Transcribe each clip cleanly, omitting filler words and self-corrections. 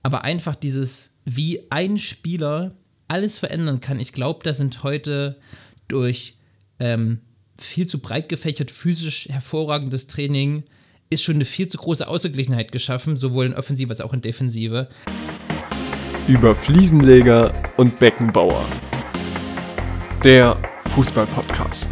aber einfach dieses, wie ein Spieler alles verändern kann. Ich glaube, da sind heute durch viel zu breit gefächert, physisch hervorragendes Training, ist schon eine viel zu große Ausgeglichenheit geschaffen, sowohl in Offensive als auch in Defensive. Über Fliesenleger und Beckenbauer. Der Fußball-Podcast.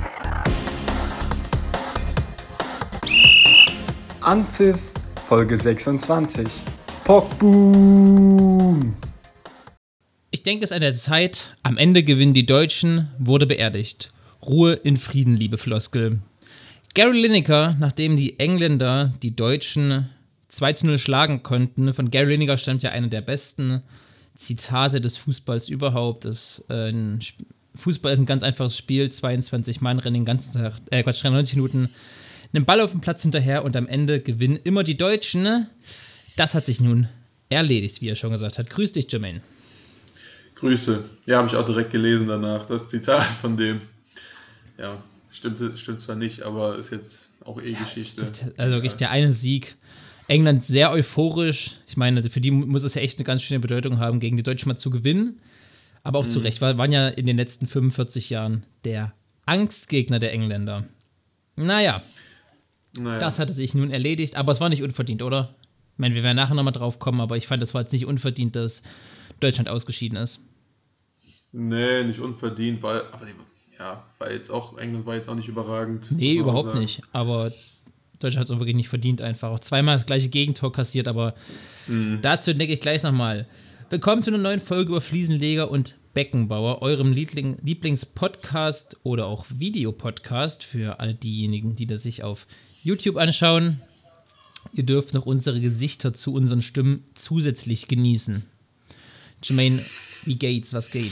Anpfiff, Folge 26. Pockboom! Ich denke, es ist an der Zeit. Am Ende gewinnen die Deutschen, wurde beerdigt. Ruhe in Frieden, liebe Floskel. Gary Lineker, nachdem die Engländer die Deutschen 2-0 schlagen konnten, von Gary Lineker stammt ja einer der besten Zitate des Fußballs überhaupt. Fußball ist ein ganz einfaches Spiel, 22 Mann rennen den ganzen Tag, 93 Minuten, einen Ball auf dem Platz hinterher und am Ende gewinnen immer die Deutschen. Das hat sich nun erledigt, wie er schon gesagt hat. Grüß dich, Jermaine. Grüße. Ja, habe ich auch direkt gelesen danach, das Zitat von dem. Ja, stimmt zwar nicht, aber ist jetzt auch Geschichte. Also wirklich der eine Sieg. England sehr euphorisch. Ich meine, für die muss es ja echt eine ganz schöne Bedeutung haben, gegen die Deutschen mal zu gewinnen. Aber auch zu Recht, waren ja in den letzten 45 Jahren der Angstgegner der Engländer. Naja, das hatte sich nun erledigt, aber es war nicht unverdient, oder? Ich meine, wir werden nachher nochmal drauf kommen, aber ich fand, es war jetzt nicht unverdient, dass Deutschland ausgeschieden ist. Nee, nicht unverdient, England war jetzt auch nicht überragend. Nee, überhaupt nicht, aber Deutschland hat es auch wirklich nicht verdient einfach. Auch zweimal das gleiche Gegentor kassiert, aber dazu denke ich gleich nochmal. Willkommen zu einer neuen Folge über Fliesenleger und Beckenbauer, eurem Lieblingspodcast oder auch Videopodcast für alle diejenigen, die das sich auf YouTube anschauen. Ihr dürft noch unsere Gesichter zu unseren Stimmen zusätzlich genießen. Jermaine, wie geht's? Was geht?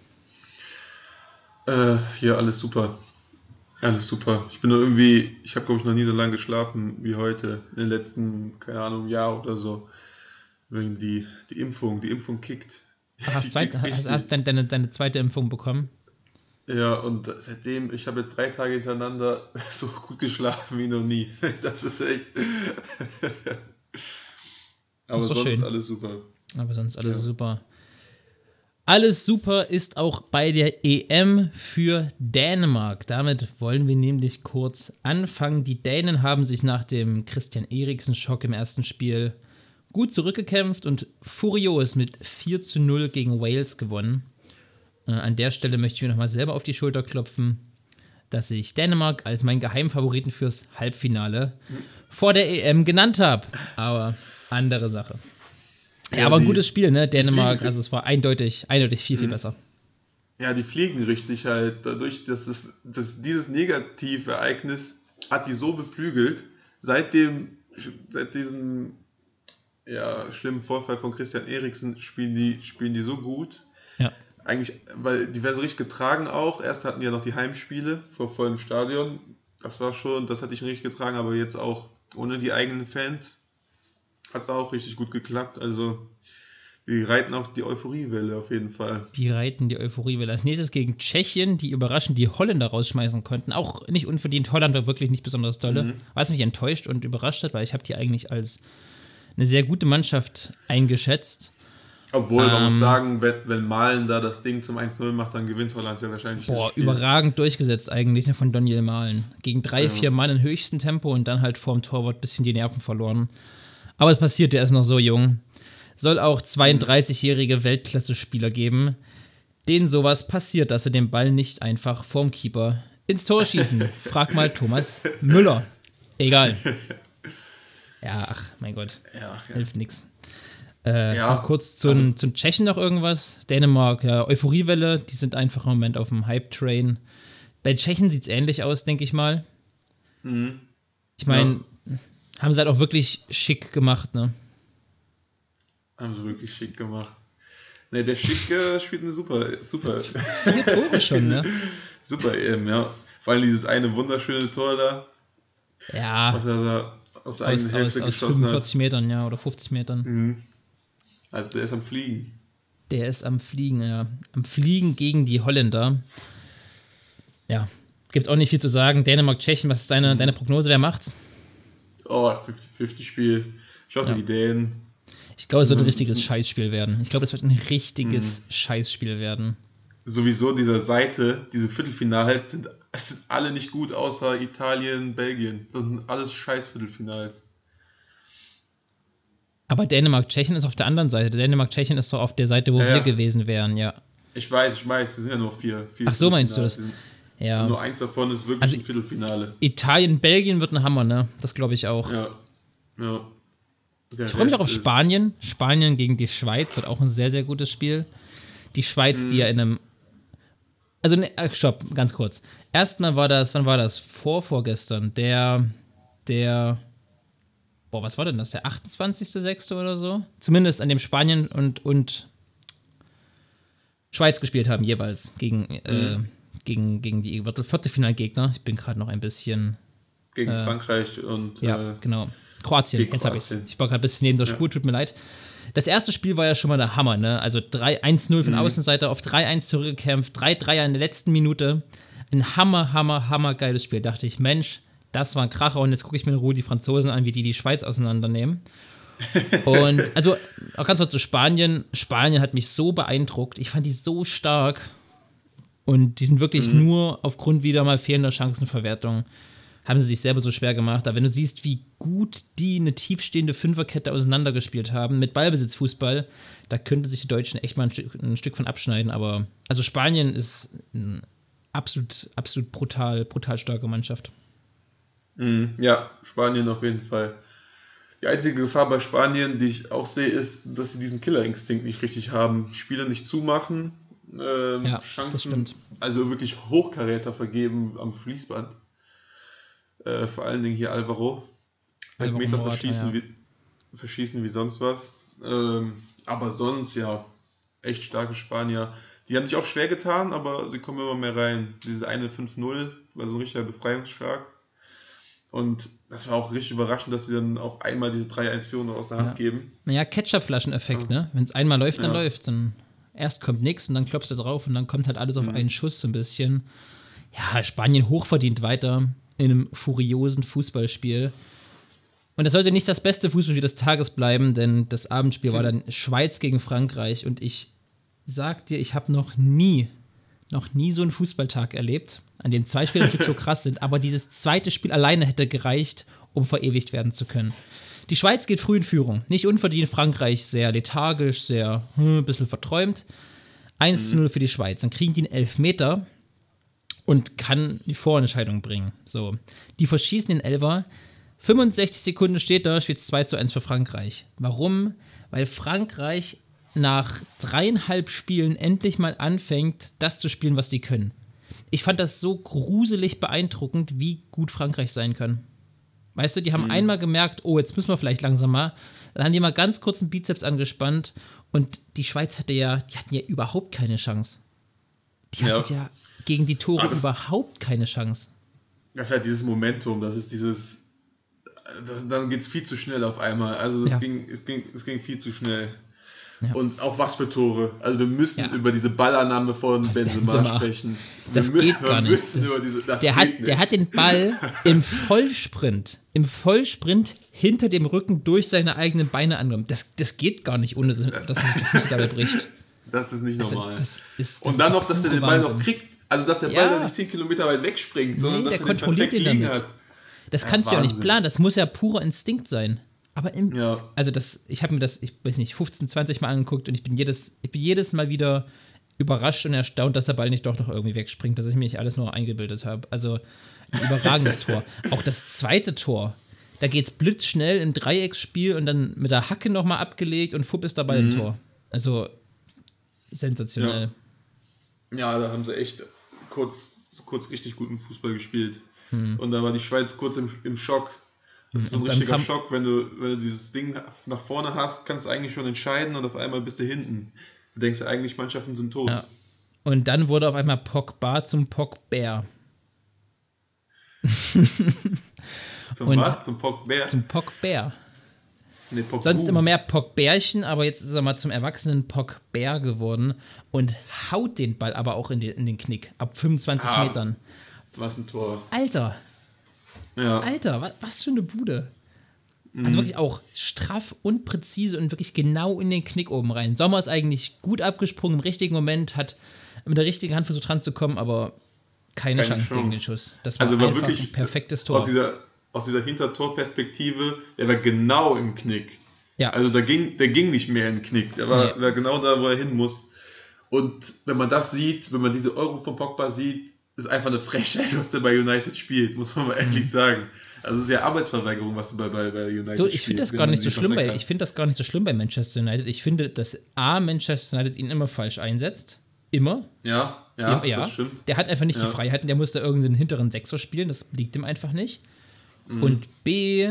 Hier alles super. Alles super. Ich habe glaube ich noch nie so lange geschlafen wie heute. In den letzten, keine Ahnung, Jahr oder so. Wegen die Impfung. Die Impfung kickt. Hast deine zweite Impfung bekommen? Ja, und seitdem, ich habe jetzt 3 Tage hintereinander so gut geschlafen wie noch nie. Das ist echt. Aber sonst schön. Alles super. Aber sonst alles super. Alles super ist auch bei der EM für Dänemark. Damit wollen wir nämlich kurz anfangen. Die Dänen haben sich nach dem Christian Eriksen-Schock im ersten Spiel gut zurückgekämpft und furios mit 4-0 gegen Wales gewonnen. An der Stelle möchte ich mir nochmal selber auf die Schulter klopfen, dass ich Dänemark als meinen Geheimfavoriten fürs Halbfinale vor der EM genannt habe. Aber andere Sache. Ja, aber ein gutes Spiel, ne? Dänemark, also es war eindeutig viel besser. Ja, die fliegen richtig halt. Dadurch, dass dieses Negativereignis hat die so beflügelt, seit diesem schlimmen Vorfall von Christian Eriksen spielen die so gut. Ja. Eigentlich, weil die werden so richtig getragen auch. Erst hatten die ja noch die Heimspiele vor vollem Stadion. Das hat die schon richtig getragen, aber jetzt auch ohne die eigenen Fans hat es auch richtig gut geklappt. Also, wir reiten auf die Euphoriewelle auf jeden Fall. Die reiten die Euphoriewelle. Als nächstes gegen Tschechien, die überraschend die Holländer rausschmeißen konnten. Auch nicht unverdient. Holland war wirklich nicht besonders dolle. Was mich enttäuscht und überrascht hat, weil ich habe die eigentlich als eine sehr gute Mannschaft eingeschätzt. Obwohl, man muss sagen, wenn Malen da das Ding zum 1-0 macht, dann gewinnt Holland ja wahrscheinlich das Spiel. Überragend durchgesetzt eigentlich, ne, von Daniel Malen. Gegen 3-4 Mann in höchstem Tempo und dann halt vorm Torwart ein bisschen die Nerven verloren. Aber es passiert, der ist noch so jung. Soll auch 32-jährige Weltklasse-Spieler geben, denen sowas passiert, dass sie den Ball nicht einfach vorm Keeper ins Tor schießen. Frag mal Thomas Müller. Egal. Ja, ach, mein Gott. Hilft nix. Noch kurz zum Tschechen noch irgendwas. Dänemark, ja, Euphoriewelle, die sind einfach im Moment auf dem Hype-Train. Bei Tschechen sieht es ähnlich aus, denke ich mal. Ich meine, haben sie halt auch wirklich schick gemacht, ne? Haben sie wirklich schick gemacht. Ne, der Schick spielt eine super. 4 Tore schon, ne? Super EM, ja. Vor allem dieses eine wunderschöne Tor da. Ja. Was er da aus der eigenen Hälfte geschossen hat. Aus 45 Metern, ja, oder 50 Metern. Also der ist am Fliegen. Der ist am Fliegen, ja. Am Fliegen gegen die Holländer. Ja, gibt auch nicht viel zu sagen. Dänemark, Tschechien, was ist deine Prognose? Wer macht's? Oh, 50-50 Spiel. Ich hoffe, die Dänen. Ich glaube, es wird ein richtiges Scheißspiel werden. Ich glaube, es wird ein richtiges Scheißspiel werden. Sowieso diese Seite, diese Viertelfinals sind alle nicht gut, außer Italien, Belgien. Das sind alles Scheiß-Viertelfinals. Aber Dänemark-Tschechien ist auf der anderen Seite. Dänemark-Tschechien ist doch auf der Seite, wo wir gewesen wären, ja. Ich weiß, es sind ja nur vier Ach so, meinst du das? Ja. Nur eins davon ist wirklich ein Viertelfinale. Italien, Belgien wird ein Hammer, ne? Das glaube ich auch. Ja. Ich freue mich auch auf Spanien. Spanien gegen die Schweiz wird auch ein sehr, sehr gutes Spiel. Die Schweiz, die ja in einem... Also, ne, stopp, ganz kurz. Erstmal war das, wann war das? Vorgestern. Der was war denn das? Der 28.06. oder so? Zumindest an dem Spanien und Schweiz gespielt haben, jeweils gegen die Viertelfinalgegner. Ich bin gerade noch ein bisschen... Gegen Frankreich und... Ja, genau. Kroatien, jetzt habe ich es. Ich war gerade ein bisschen neben der Spur, tut mir leid. Das erste Spiel war ja schon mal der Hammer, ne? Also 1-0 von Außenseiter auf 3-1 zurückgekämpft, 3-3 in der letzten Minute. Ein hammer geiles Spiel. Dachte ich, Mensch, das war ein Kracher und jetzt gucke ich mir in Ruhe die Franzosen an, wie die Schweiz auseinandernehmen. Und also, auch ganz kurz zu Spanien. Spanien hat mich so beeindruckt. Ich fand die so stark. Und die sind wirklich nur aufgrund wieder mal fehlender Chancenverwertung haben sie sich selber so schwer gemacht. Aber wenn du siehst, wie gut die eine tiefstehende Fünferkette auseinandergespielt haben, mit Ballbesitzfußball, da könnte sich die Deutschen echt mal ein Stück von abschneiden. Aber also Spanien ist eine absolut brutal starke Mannschaft. Ja, Spanien auf jeden Fall. Die einzige Gefahr bei Spanien, die ich auch sehe, ist, dass sie diesen Killerinstinkt nicht richtig haben. Spiele nicht zumachen, Chancen, also wirklich Hochkaräter vergeben am Fließband. Vor allen Dingen hier Alvaro Meter verschießen wie sonst was. Aber sonst, ja, echt starke Spanier. Die haben sich auch schwer getan, aber sie kommen immer mehr rein. Diese eine 5-0 war so ein richtiger Befreiungsschlag. Und das war auch richtig überraschend, dass sie dann auf einmal diese 3-1-Führung aus der Hand geben. Naja, Ketchup-Flaschen-Effekt, ne? Wenn es einmal läuft, dann läuft's. Dann erst kommt nichts und dann klopfst du drauf und dann kommt halt alles auf einen Schuss so ein bisschen. Ja, Spanien hochverdient weiter in einem furiosen Fußballspiel. Und das sollte nicht das beste Fußballspiel des Tages bleiben, denn das Abendspiel war dann Schweiz gegen Frankreich und ich sag dir, ich habe noch nie so einen Fußballtag erlebt, an dem zwei Spiele so krass sind, aber dieses zweite Spiel alleine hätte gereicht, um verewigt werden zu können. Die Schweiz geht früh in Führung, nicht unverdient, Frankreich sehr lethargisch, sehr ein bisschen verträumt. 1-0 für die Schweiz, dann kriegen die einen Elfmeter und kann die Vorentscheidung bringen. So, die verschießen den Elfer, 65 Sekunden steht da, steht es 2-1 für Frankreich. Warum? Weil Frankreich nach 3,5 Spielen endlich mal anfängt, das zu spielen, was sie können. Ich fand das so gruselig beeindruckend, wie gut Frankreich sein kann. Weißt du, die haben einmal gemerkt, oh, jetzt müssen wir vielleicht langsam mal. Dann haben die mal ganz kurz einen Bizeps angespannt und die Schweiz die hatten ja überhaupt keine Chance. Die hatten ja gegen die Tore überhaupt keine Chance. Das ist halt dieses Momentum, das ist dieses, dann geht es viel zu schnell auf einmal. Also es ging viel zu schnell. Ja. Und auch was für Tore. Also wir müssen über diese Ballannahme von Benzema sprechen. Das geht gar nicht. Der hat den Ball im Vollsprint hinter dem Rücken durch seine eigenen Beine angenommen. Das geht gar nicht, ohne dass sich die Füße dabei bricht. Das ist nicht normal. Und dann noch, dass er den Ball noch kriegt. Also dass der Ball dann nicht 10 Kilometer weit wegspringt, sondern dass er den perfekt liegen hat. Das kannst du ja auch nicht planen. Das muss ja purer Instinkt sein. Aber ich habe mir das, ich weiß nicht, 15, 20 Mal angeguckt und ich bin jedes Mal wieder überrascht und erstaunt, dass der Ball nicht doch noch irgendwie wegspringt, dass ich mir nicht alles nur eingebildet habe. Also ein überragendes Tor. Auch das zweite Tor, da geht's blitzschnell im Dreiecksspiel und dann mit der Hacke nochmal abgelegt und fupp ist dabei im Tor. Also sensationell. Ja, da haben sie echt kurz richtig guten Fußball gespielt. Und da war die Schweiz kurz im Schock. Das ist so ein richtiger Schock, wenn du dieses Ding nach vorne hast, kannst du eigentlich schon entscheiden und auf einmal bist du hinten. Du denkst eigentlich, Mannschaften sind tot. Ja. Und dann wurde auf einmal Pogba zum Pogbär. Zum Pogbär? Zum Pogbär. Nee, Pogbu. Sonst immer mehr Pogbärchen, aber jetzt ist er mal zum erwachsenen Pogbär geworden und haut den Ball aber auch in den Knick, ab 25 Metern. Was ein Tor. Alter, was für eine Bude. Also wirklich auch straff und präzise und wirklich genau in den Knick oben rein. Sommer ist eigentlich gut abgesprungen, im richtigen Moment, hat mit der richtigen Hand versucht ranzukommen, aber keine Chance gegen den Schuss. Das war einfach wirklich ein perfektes Tor. Aus dieser Hintertorperspektive, der war genau im Knick. Ja. Also der ging nicht mehr in den Knick, der war genau da, wo er hin muss. Und wenn man das sieht, wenn man diese Euro von Pogba sieht, ist einfach eine Frechheit, was der bei United spielt, muss man mal ehrlich sagen. Also es ist ja Arbeitsverweigerung, was du bei United so, ich finde das gar nicht so schlimm bei Manchester United. Ich finde, dass Manchester United ihn immer falsch einsetzt. Immer. Ja, das stimmt. Der hat einfach nicht die Freiheiten, der muss da irgendeinen hinteren Sechser spielen, das liegt ihm einfach nicht. Und B,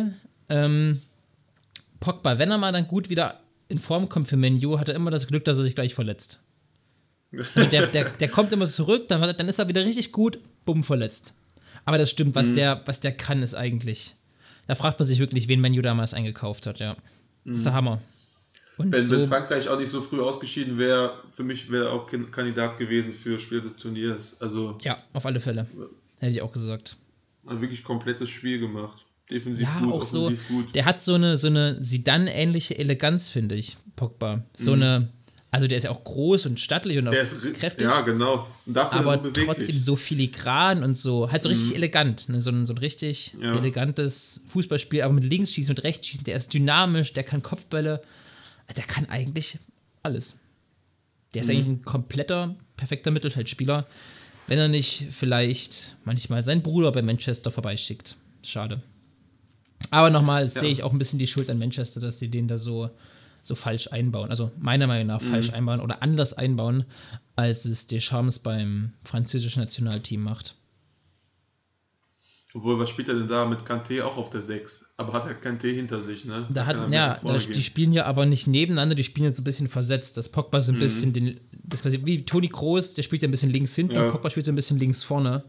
Pogba, wenn er mal dann gut wieder in Form kommt für Man U, hat er immer das Glück, dass er sich gleich verletzt. Also der kommt immer zurück, dann ist er wieder richtig gut, bumm, verletzt. Aber das stimmt, was der kann, ist eigentlich. Da fragt man sich wirklich, wen Man U damals eingekauft hat, ja. Das ist der Hammer. Und wenn Frankreich auch nicht so früh ausgeschieden wäre, für mich wäre er auch Kandidat gewesen für Spieler des Turniers. Also, ja, auf alle Fälle. Hätte ich auch gesagt. Ein wirklich komplettes Spiel gemacht. Defensiv ja, gut, auch offensiv so, gut. Der hat so eine Zidane-ähnliche Eleganz, finde ich, Pogba. Also der ist ja auch groß und stattlich und auch kräftig. Ja, genau. Und dafür aber so beweglich. Trotzdem so filigran und so, halt so richtig elegant. Ne? So ein richtig elegantes Fußballspiel, aber mit Linksschießen, mit Rechtsschießen. Der ist dynamisch, der kann Kopfbälle. Der kann eigentlich alles. Der ist eigentlich ein kompletter, perfekter Mittelfeldspieler, wenn er nicht vielleicht manchmal seinen Bruder bei Manchester vorbeischickt. Schade. Aber nochmal sehe ich auch ein bisschen die Schuld an Manchester, dass die den da so falsch einbauen. Also meiner Meinung nach falsch einbauen oder anders einbauen, als es Deschamps beim französischen Nationalteam macht. Obwohl, was spielt er denn da mit Kanté auch auf der 6? Aber hat er Kanté hinter sich, ne? Die spielen ja aber nicht nebeneinander, die spielen ja so ein bisschen versetzt. Das Pogba so ein bisschen, wie Toni Kroos, der spielt ja ein bisschen links hinten und Pogba spielt so ein bisschen links vorne.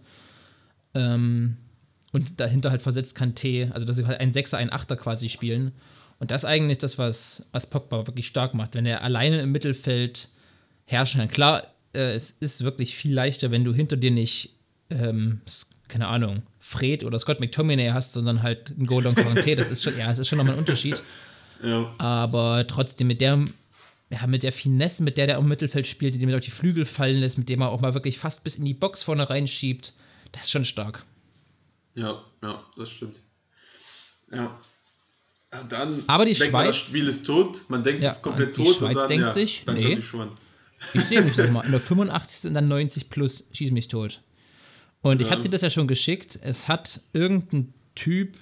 Und dahinter halt versetzt Kanté, also dass sie halt ein Sechser, ein Achter quasi spielen. Und das ist eigentlich das, was Pogba wirklich stark macht, wenn er alleine im Mittelfeld herrschen kann. Klar, es ist wirklich viel leichter, wenn du hinter dir nicht, keine Ahnung, Fred oder Scott McTominay hast, sondern halt ein N'Golo Kanté. Es ist schon nochmal ein Unterschied. Ja. Aber trotzdem mit der Finesse, mit der im Mittelfeld spielt, die ihm auf die Flügel fallen lässt, mit dem er auch mal wirklich fast bis in die Box vorne reinschiebt, das ist schon stark. Ja, das stimmt. Ja. Dann aber die denkt Schweiz, das Spiel ist tot, man denkt, es ist komplett tot. Die Schweiz denkt sich, dann nee, die Schwanz. Ich sehe mich nochmal, in der 85. und dann 90 plus, schieß mich tot. Und ich hatte dir das ja schon geschickt, es hat irgendein Typ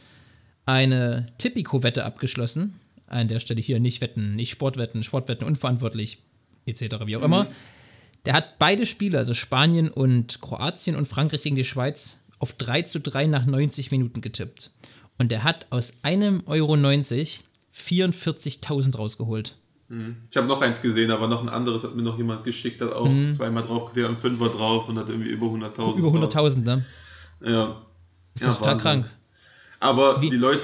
eine Tipico-Wette abgeschlossen, an der Stelle hier nicht Wetten, nicht Sportwetten unverantwortlich, etc., wie auch immer. Der hat beide Spiele, also Spanien und Kroatien und Frankreich gegen die Schweiz, auf 3:3 nach 90 Minuten getippt. Und der hat aus einem Euro 90 44.000 rausgeholt. Ich habe noch eins gesehen, aber noch ein anderes hat mir noch jemand geschickt, hat auch zweimal drauf, der hat einen Fünfer drauf und hat irgendwie über 100.000. Über 100.000, ne? Ja. Ist doch total krank. Aber die Leute,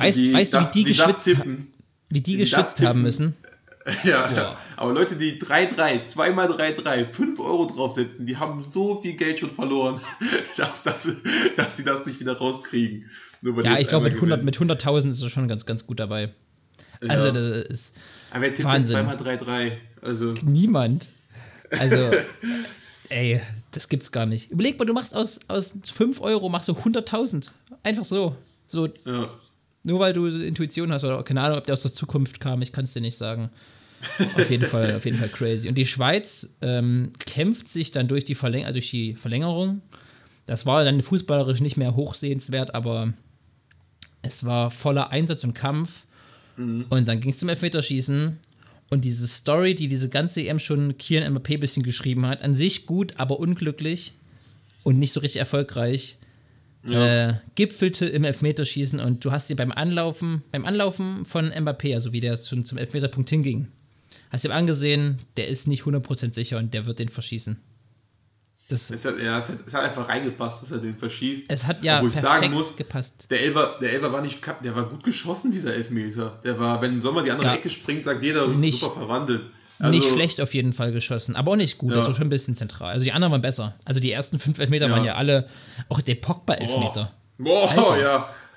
wie die geschwitzt haben müssen. Ja, aber Leute, die 3-3, 2x3-3, 5 Euro draufsetzen, die haben so viel Geld schon verloren, dass sie das nicht wieder rauskriegen. Ja, ich glaube, mit 100.000 ist er schon ganz, ganz gut dabei. Also, das ist aber wer tippt Wahnsinn. 2x3-3? Also niemand. Also, ey, das gibt's gar nicht. Überleg mal, du machst aus 5 Euro machst du 100.000. Einfach so. Ja. Nur weil du Intuition hast oder keine Ahnung, ob der aus der Zukunft kam, ich kann es dir nicht sagen. Auf jeden Fall crazy. Und die Schweiz kämpft sich dann durch die Verlängerung. Das war dann fußballerisch nicht mehr hochsehenswert, aber es war voller Einsatz und Kampf. Und dann ging es zum Elfmeterschießen. Und diese Story, die diese ganze EM schon Kylian Mbappé ein bisschen geschrieben hat, an sich gut, aber unglücklich und nicht so richtig erfolgreich, gipfelte im Elfmeterschießen. Und du hast dir beim Anlaufen von Mbappé, also wie der zum Elfmeterpunkt hinging, hast du ihm angesehen, der ist nicht 100% sicher und der wird den verschießen. Es hat einfach reingepasst, dass er den verschießt. Es hat ja perfekt gepasst. Der Elfer der war gut geschossen, dieser Elfmeter. Der war, wenn Sommer die andere Ecke springt, sagt jeder, super verwandelt. Also, nicht schlecht auf jeden Fall geschossen, aber auch nicht gut, das war schon ein bisschen zentral. Also die anderen waren besser. Also die ersten 5 Elfmeter waren ja alle, auch der Pogba-Elfmeter. Boah, ja.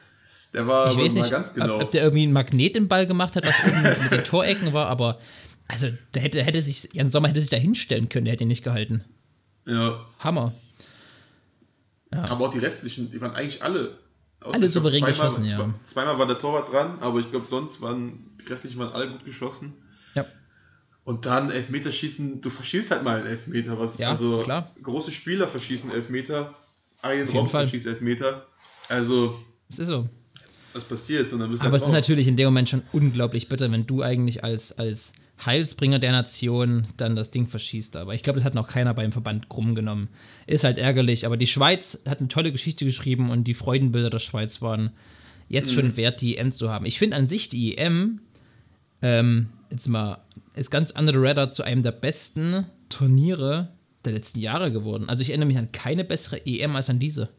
Der war ich weiß nicht, ganz genau. Ob der irgendwie einen Magnet im Ball gemacht hat, was oben mit den Torecken war, aber also Jan Sommer hätte sich da hinstellen können, der hätte ihn nicht gehalten. Ja. Hammer. Ja. Aber auch die restlichen, die waren eigentlich alle souverän geschossen, ja. Zweimal war der Torwart dran, aber ich glaube, sonst waren die restlichen alle gut geschossen. Ja. Und dann Elfmeterschießen, du verschießt halt mal einen Elfmeter. Klar. Große Spieler verschießen Elfmeter, Arjen Robben verschießt Elfmeter. Also, es ist so. Was passiert? Und dann bist aber es ist natürlich in dem Moment schon unglaublich bitter, wenn du eigentlich als Heilsbringer der Nation dann das Ding verschießt. Aber ich glaube, das hat noch keiner beim Verband krumm genommen. Ist halt ärgerlich, aber die Schweiz hat eine tolle Geschichte geschrieben und die Freudenbilder der Schweiz waren jetzt schon wert, die EM zu haben. Ich finde an sich die EM jetzt mal ist ganz under the radar zu einem der besten Turniere der letzten Jahre geworden. Also ich erinnere mich an keine bessere EM als an diese.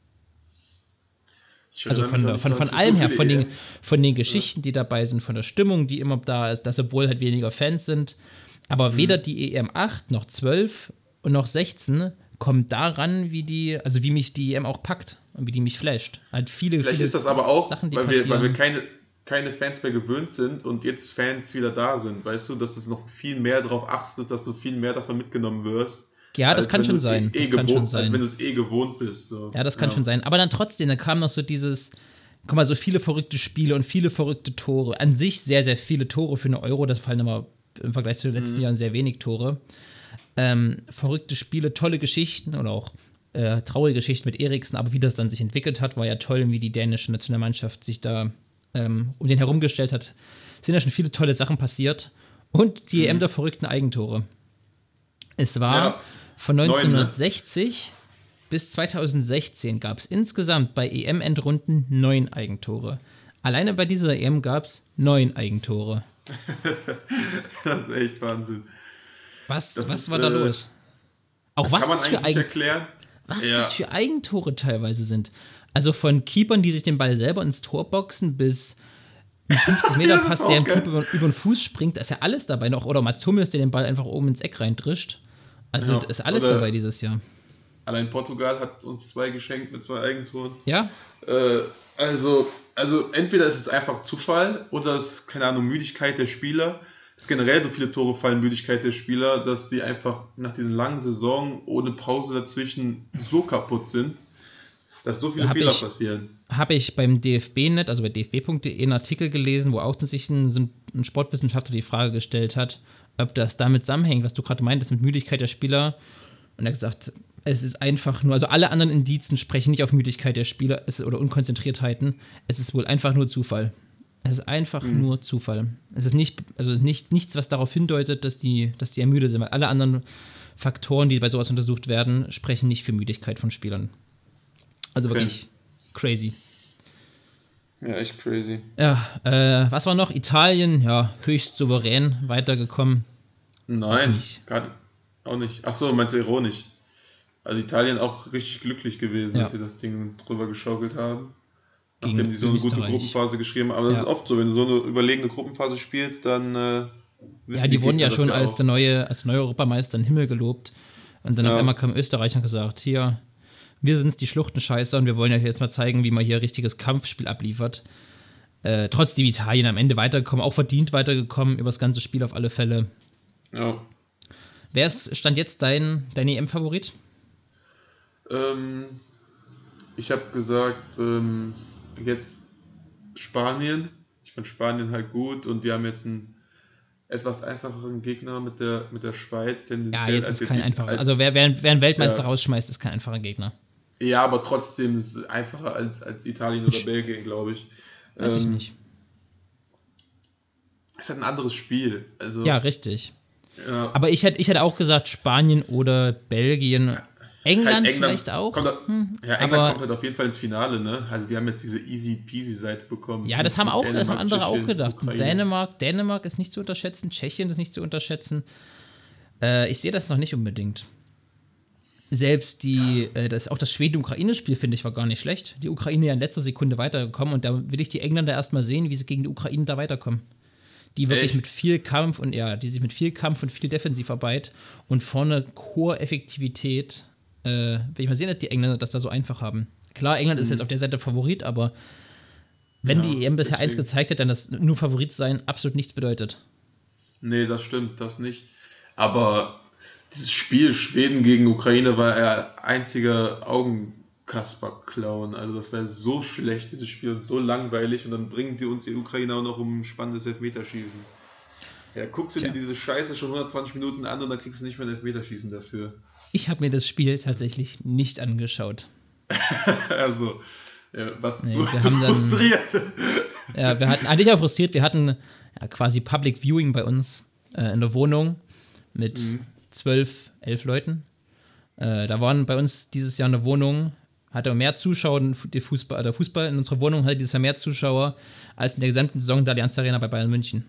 Also von allem her, von den Geschichten, die dabei sind, von der Stimmung, die immer da ist, dass obwohl halt weniger Fans sind, aber weder die EM 8 noch 12 und noch 16 kommen daran, wie mich die EM auch packt und wie die mich flasht. Halt Vielleicht viele ist das aber auch, Sachen, die weil passieren. wir keine Fans mehr gewöhnt sind und jetzt Fans wieder da sind, weißt du, dass es noch viel mehr darauf achtet, dass du viel mehr davon mitgenommen wirst. Ja, das kann schon sein. Als wenn du es gewohnt bist. So. Ja, das kann schon sein. Aber dann trotzdem, da kam noch so so viele verrückte Spiele und viele verrückte Tore. An sich sehr, sehr viele Tore für eine Euro. Das fallen immer im Vergleich zu den letzten Jahren sehr wenig Tore. Verrückte Spiele, tolle Geschichten oder auch traurige Geschichten mit Eriksen. Aber wie das dann sich entwickelt hat, war ja toll, wie die dänische Nationalmannschaft sich da um den herumgestellt hat. Sind ja schon viele tolle Sachen passiert. Und die EM der verrückten Eigentore. Es war von 1960 bis 2016 gab es insgesamt bei EM-Endrunden 9 Eigentore. Alleine bei dieser EM gab es 9 Eigentore. Das ist echt Wahnsinn. Was war da los? Auch was das für erklären? Was das für Eigentore teilweise sind. Also von Keepern, die sich den Ball selber ins Tor boxen, bis ein 50-Meter-Pass, der im Keeper über den Fuß springt, da ist ja alles dabei noch. Oder Mats Hummels, der den Ball einfach oben ins Eck reintrischt. Also ist alles dabei dieses Jahr. Allein Portugal hat uns 2 geschenkt mit 2 Eigentoren. Ja. Also entweder ist es einfach Zufall oder es ist, keine Ahnung, Müdigkeit der Spieler. Es ist generell so viele Tore fallen, Müdigkeit der Spieler, dass die einfach nach diesen langen Saison ohne Pause dazwischen so kaputt sind, dass so viele Fehler passieren. Habe ich beim DFB-Net, also bei dfb.de, einen Artikel gelesen, wo auch sich ein Sportwissenschaftler die Frage gestellt hat, ob das damit zusammenhängt, was du gerade meintest, mit Müdigkeit der Spieler. Und er hat gesagt, es ist einfach nur, also alle anderen Indizien sprechen nicht auf Müdigkeit der Spieler oder Unkonzentriertheiten. Es ist wohl einfach nur Zufall. Es ist einfach nur Zufall. Es ist nichts, was darauf hindeutet, dass die ja müde sind. Weil alle anderen Faktoren, die bei sowas untersucht werden, sprechen nicht für Müdigkeit von Spielern. Also wirklich crazy. Ja, echt crazy. Ja, was war noch? Italien, ja, höchst souverän weitergekommen. Nein, auch nicht. Achso, meinst du ironisch? Also Italien auch richtig glücklich gewesen, dass sie das Ding drüber geschaukelt haben. Nachdem die so eine gute Gruppenphase geschrieben haben. Aber das ist oft so, wenn du so eine überlegene Gruppenphase spielst, dann die wurden ja schon als der neue Europameister in den Himmel gelobt. Und dann auf einmal kam Österreich und gesagt, hier, wir sind's, die Schluchtenscheißer, und wir wollen ja jetzt mal zeigen, wie man hier richtiges Kampfspiel abliefert. Trotzdem Italien am Ende weitergekommen, auch verdient weitergekommen, über das ganze Spiel auf alle Fälle. Ja. Wer stand jetzt dein EM-Favorit? Ich habe gesagt, jetzt Spanien. Ich fand Spanien halt gut und die haben jetzt einen etwas einfacheren Gegner mit der Schweiz. Ja, jetzt ist kein einfacher. Also wer einen Weltmeister rausschmeißt, ist kein einfacher Gegner. Ja, aber trotzdem ist es einfacher als Italien oder Belgien, glaube ich. Weiß ich nicht. Es hat ein anderes Spiel. Also, ja, richtig. Ja. Aber ich hätte auch gesagt Spanien oder Belgien. Ja. England vielleicht auch. England kommt halt auf jeden Fall ins Finale, ne? Also die haben jetzt diese Easy-Peasy-Seite bekommen. Ja, das haben andere auch gedacht. Dänemark ist nicht zu unterschätzen, Tschechien ist nicht zu unterschätzen. Ich sehe das noch nicht unbedingt. Selbst auch das Schweden-Ukraine-Spiel, finde ich, war gar nicht schlecht. Die Ukraine ja in letzter Sekunde weitergekommen und da will ich die Engländer erstmal sehen, wie sie gegen die Ukraine da weiterkommen. Die wirklich mit viel Kampf und viel Defensivarbeit und vorne hohe Effektivität will ich mal sehen, dass die Engländer das da so einfach haben. Klar, England ist jetzt auf der Seite Favorit, aber Wenn die EM bisher eins gezeigt hat, dann dass nur Favorit sein absolut nichts bedeutet. Nee, das stimmt, das nicht. Aber dieses Spiel Schweden gegen Ukraine war ja einziger Augenkasper-Clown. Also das wäre so schlecht, dieses Spiel, und so langweilig. Und dann bringen die uns die Ukraine auch noch um ein spannendes Elfmeterschießen. Ja, guckst du dir diese Scheiße schon 120 Minuten an und dann kriegst du nicht mehr ein Elfmeterschießen dafür. Ich habe mir das Spiel tatsächlich nicht angeschaut. Also, ja, was Nee, zu wir haben dann- frustriert. Ja, wir hatten, eigentlich auch frustriert, wir hatten quasi Public Viewing bei uns in der Wohnung mit 12, 11 Leuten. Da waren bei uns dieses Jahr in der Wohnung, hatte mehr Zuschauer, der Fußball in unserer Wohnung hatte dieses Jahr mehr Zuschauer als in der gesamten Saison der Allianz Arena bei Bayern München.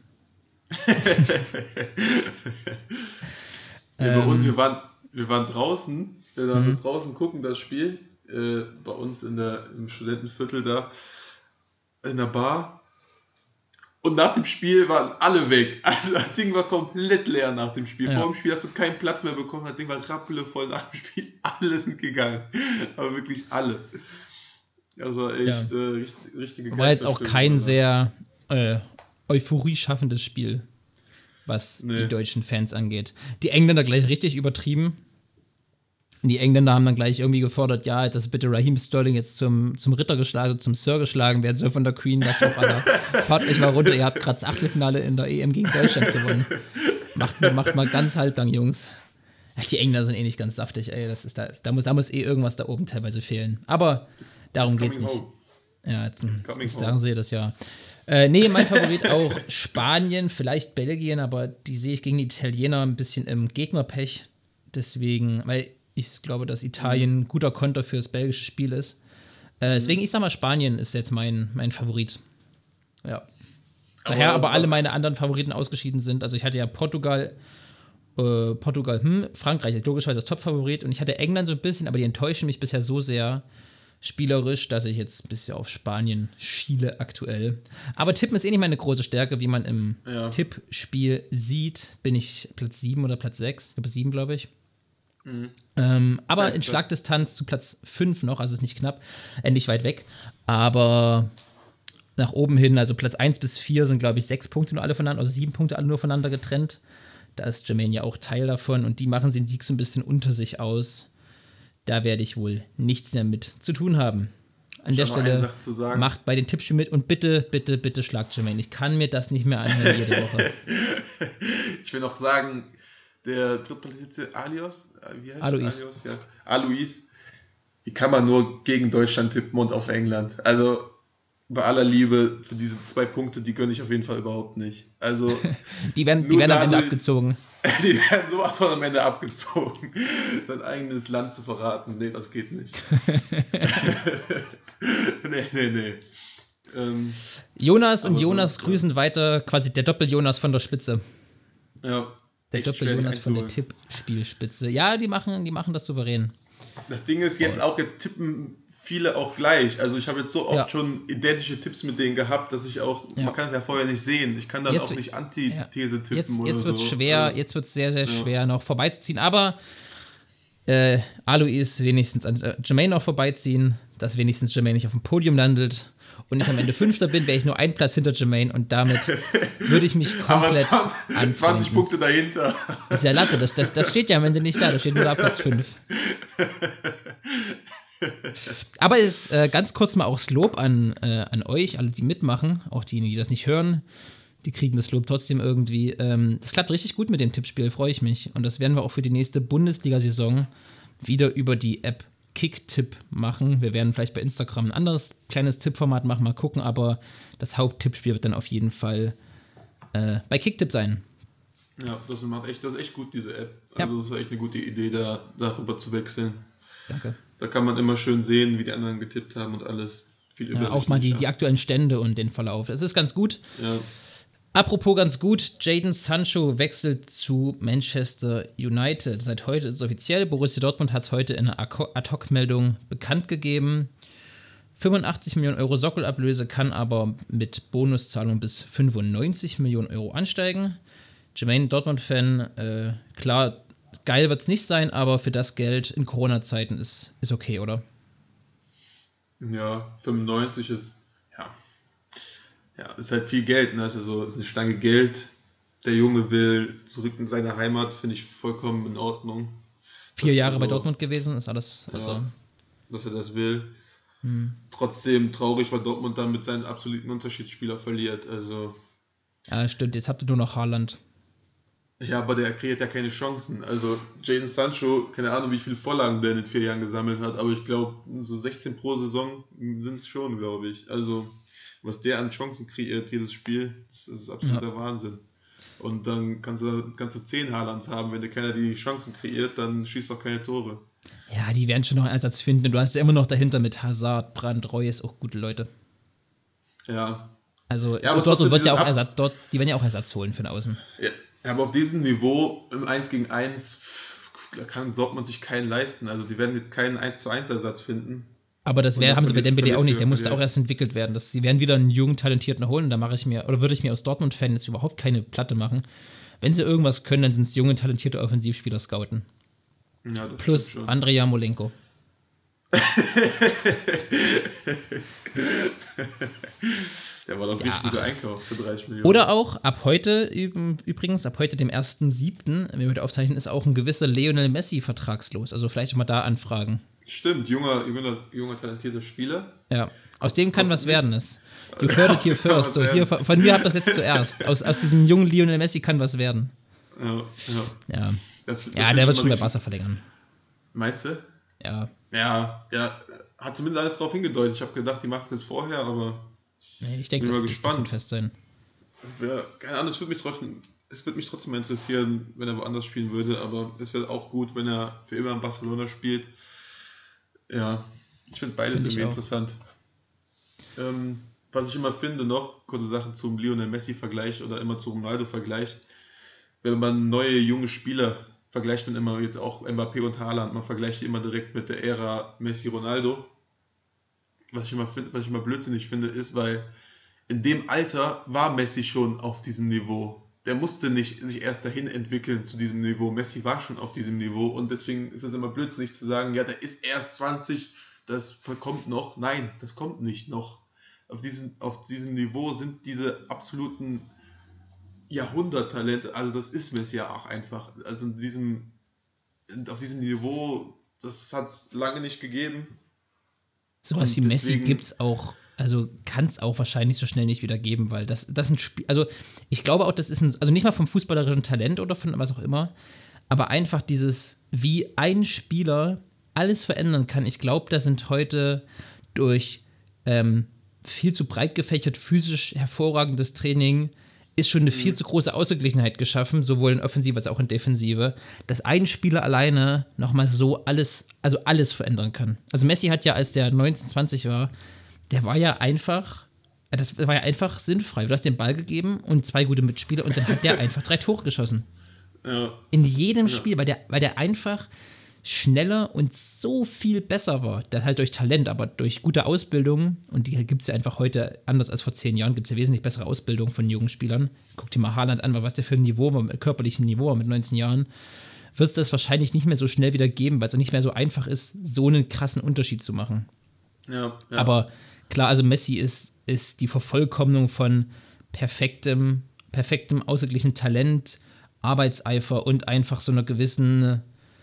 Ja, bei uns, wir waren draußen, wir waren draußen gucken das Spiel, bei uns im Studentenviertel da, in der Bar. Und nach dem Spiel waren alle weg. Also das Ding war komplett leer nach dem Spiel. Ja. Vor dem Spiel hast du keinen Platz mehr bekommen, das Ding war rappelvoll nach dem Spiel. Alle sind gegangen. Aber wirklich alle. Also echt richtige War jetzt auch Geisterstimmung, kein oder? sehr Euphorie schaffendes Spiel, was Nee. die deutschen Fans angeht. Die Engländer gleich richtig übertrieben. Die Engländer haben dann gleich irgendwie gefordert, ja, dass bitte Raheem Sterling jetzt zum Ritter geschlagen, also zum Sir geschlagen werden soll von der Queen. Da dachte ich auch, Alter, fahrt euch mal runter, ihr habt gerade das Achtelfinale in der EM gegen Deutschland gewonnen. Macht mal ganz halblang, Jungs. Ja, die Engländer sind eh nicht ganz saftig, ey. Das ist da muss eh irgendwas da oben teilweise fehlen. Aber darum geht's nicht. Home. Ja, das home. sagen sie das ja. Nee, mein Favorit auch Spanien, vielleicht Belgien, aber die sehe ich gegen die Italiener ein bisschen im Gegnerpech. Deswegen, weil ich glaube, dass Italien ein guter Konter für das belgische Spiel ist. Deswegen, ich sag mal, Spanien ist jetzt mein Favorit. Ja. Daher aber alle meine anderen Favoriten ausgeschieden sind. Also ich hatte ja Frankreich logischerweise als Top-Favorit und ich hatte England so ein bisschen, aber die enttäuschen mich bisher so sehr spielerisch, dass ich jetzt ein bisschen auf Spanien schiele aktuell. Aber Tippen ist eh nicht meine große Stärke, wie man im Tippspiel sieht. Bin ich Platz 7 oder Platz 6? Ich glaube 7, glaube ich. Aber in Schlagdistanz zu Platz 5 noch, also ist nicht knapp, nicht weit weg. Aber nach oben hin, also Platz 1 bis 4 sind, glaube ich, 6 Punkte nur alle voneinander, also 7 Punkte alle nur voneinander getrennt. Da ist Jermaine ja auch Teil davon und die machen den Sieg so ein bisschen unter sich aus. Da werde ich wohl nichts mehr mit zu tun haben. An der Stelle macht bei den Tippspielen mit und bitte, bitte, bitte schlagt Jermaine. Ich kann mir das nicht mehr anhören jede Woche. Ich will noch sagen, der drittplatzierte Alois, wie heißt Alois. Alois? Ja. Alois, wie kann man nur gegen Deutschland tippen und auf England? Also bei aller Liebe für diese 2 Punkte, die gönne ich auf jeden Fall überhaupt nicht. Also die werden am Ende abgezogen. Die werden sowas von am Ende abgezogen. Sein eigenes Land zu verraten, nee, das geht nicht. Nee. Jonas und Jonas grüßen weiter, quasi der Doppel-Jonas von der Spitze. Ja. Der Doppel-Jonas von der Tippspielspitze. Ja, die machen das souverän. Das Ding ist jetzt auch, tippen viele auch gleich. Also ich habe jetzt so oft schon identische Tipps mit denen gehabt, dass ich auch, man kann es ja vorher nicht sehen. Ich kann dann auch nicht Antithese tippen jetzt wird so. Schwer, jetzt wird es sehr, sehr schwer noch vorbeizuziehen. Aber Alois wenigstens an Jermaine noch vorbeiziehen, dass wenigstens Jermaine nicht auf dem Podium landet und ich am Ende Fünfter bin, wäre ich nur einen Platz hinter Jermaine und damit würde ich mich komplett anfreunden. 20 Punkte dahinter. Das ist ja Latte, das steht ja am Ende nicht da, da steht nur da Platz 5. Aber es ist ganz kurz mal auch das Lob an euch, alle, die mitmachen, auch diejenigen, die das nicht hören, die kriegen das Lob trotzdem irgendwie. Das klappt richtig gut mit dem Tippspiel, freue ich mich. Und das werden wir auch für die nächste Bundesliga-Saison wieder über die App Kicktipp machen. Wir werden vielleicht bei Instagram ein anderes kleines Tippformat machen, mal gucken, aber das Haupttippspiel wird dann auf jeden Fall bei Kicktipp sein. Ja, das ist echt gut, diese App. Also das war echt eine gute Idee, darüber zu wechseln. Danke. Da kann man immer schön sehen, wie die anderen getippt haben und alles. Viel auch mal die aktuellen Stände und den Verlauf. Das ist ganz gut. Ja. Apropos ganz gut, Jadon Sancho wechselt zu Manchester United. Seit heute ist es offiziell. Borussia Dortmund hat es heute in einer Ad-Hoc-Meldung bekannt gegeben. 85 Millionen Euro Sockelablöse, kann aber mit Bonuszahlung bis 95 Millionen Euro ansteigen. Jermaine, Dortmund-Fan, klar, geil wird es nicht sein, aber für das Geld in Corona-Zeiten ist okay, oder? Ja, 95 ist, ja. Ja, ist halt viel Geld, ne? Ist eine Stange Geld. Der Junge will zurück in seine Heimat, finde ich vollkommen in Ordnung. 4 Jahre bei Dortmund gewesen, ist alles. Also. Ja, dass er das will. Trotzdem traurig, weil Dortmund dann mit seinen absoluten Unterschiedsspieler verliert. Also. Ja, stimmt, jetzt habt ihr nur noch Haaland. Ja, aber der kreiert ja keine Chancen. Also Jadon Sancho, keine Ahnung, wie viele Vorlagen der in den 4 Jahren gesammelt hat, aber ich glaube, so 16 pro Saison sind es schon, glaube ich. Also, was der an Chancen kreiert, jedes Spiel, das ist absoluter Wahnsinn. Und dann kannst du 10 Haalands haben, wenn dir keiner die Chancen kreiert, dann schießt auch keine Tore. Ja, die werden schon noch einen Ersatz finden. Du hast ja immer noch dahinter mit Hazard, Brandt, Reus auch gute Leute. Ja. Also Dortmund wird ja auch die werden ja auch Ersatz holen für den Außen. Ja, aber auf diesem Niveau im 1 gegen 1 kann Dortmund sich keinen leisten. Also die werden jetzt keinen 1:1 Ersatz finden. Aber das haben sie bei Dembélé auch nicht. Der musste auch erst entwickelt werden. Sie werden wieder einen jungen, talentierten holen. Da würde ich mir aus Dortmund-Fan jetzt überhaupt keine Platte machen. Wenn sie irgendwas können, dann sind es junge, talentierte Offensivspieler scouten. Ja, das plus Andrei Yarmolenko. Der war doch richtig guter Einkauf für 30 Millionen. Oder auch ab heute, übrigens, ab heute dem 1.7., wenn wir heute aufzeichnen, ist auch ein gewisser Lionel Messi vertragslos. Also vielleicht auch mal da anfragen. Stimmt, junger talentierter Spieler. Ja, aus dem kann was werden. You heard it here first. So, hier, von mir habt ihr das jetzt zuerst. Aus diesem jungen Lionel Messi kann was werden. Ja. Der wird schon bei Barca verlängern. Meinst du? Ja. Ja, hat zumindest alles drauf hingedeutet. Ich habe gedacht, die macht es vorher, aber ich denke, das wird fest sein. Keine Ahnung, es würde mich trotzdem mal interessieren, wenn er woanders spielen würde, aber es wäre auch gut, wenn er für immer in Barcelona spielt. Ja, ich finde beides irgendwie interessant. Was ich immer finde, noch kurze Sachen zum Lionel Messi-Vergleich oder immer zum Ronaldo-Vergleich. Wenn man neue, junge Spieler vergleicht, man immer jetzt auch Mbappé und Haaland, man vergleicht die immer direkt mit der Ära Messi-Ronaldo. Was ich immer blödsinnig finde, ist, weil in dem Alter war Messi schon auf diesem Niveau. Der musste nicht sich erst dahin entwickeln zu diesem Niveau. Messi war schon auf diesem Niveau und deswegen ist es immer blödsinnig zu sagen, ja, der ist erst 20, das kommt noch. Nein, das kommt nicht noch. Auf diesem Niveau sind diese absoluten Jahrhunderttalente, also das ist Messi ja auch einfach. Also auf diesem Niveau, das hat es lange nicht gegeben. Sowas wie Messi gibt's auch, also kann es auch wahrscheinlich so schnell nicht wieder geben, weil das ein Spiel, also ich glaube auch, das ist also nicht mal vom fußballerischen Talent oder von was auch immer, aber einfach dieses, wie ein Spieler alles verändern kann. Ich glaube, da sind heute durch viel zu breit gefächert, physisch hervorragendes Training, ist schon eine viel zu große Ausgeglichenheit geschaffen, sowohl in Offensive als auch in Defensive, dass ein Spieler alleine nochmal so alles verändern kann. Also Messi hat ja, als der 19, 20 war, das war ja einfach sinnfrei. Du hast den Ball gegeben und 2 gute Mitspieler und dann hat der einfach 3 Tore geschossen. Ja. In jedem Spiel, weil der einfach schneller und so viel besser war. Das halt durch Talent, aber durch gute Ausbildung, und die gibt es ja einfach heute, anders als vor 10 Jahren, gibt es ja wesentlich bessere Ausbildung von jungen Spielern. Guck dir mal Haaland an, was der für ein Niveau war, mit körperlichem Niveau mit 19 Jahren, wird es das wahrscheinlich nicht mehr so schnell wieder geben, weil es auch nicht mehr so einfach ist, so einen krassen Unterschied zu machen. Ja. Aber klar, also Messi ist die Vervollkommnung von perfektem, ausgeglichenem Talent, Arbeitseifer und einfach so einer gewissen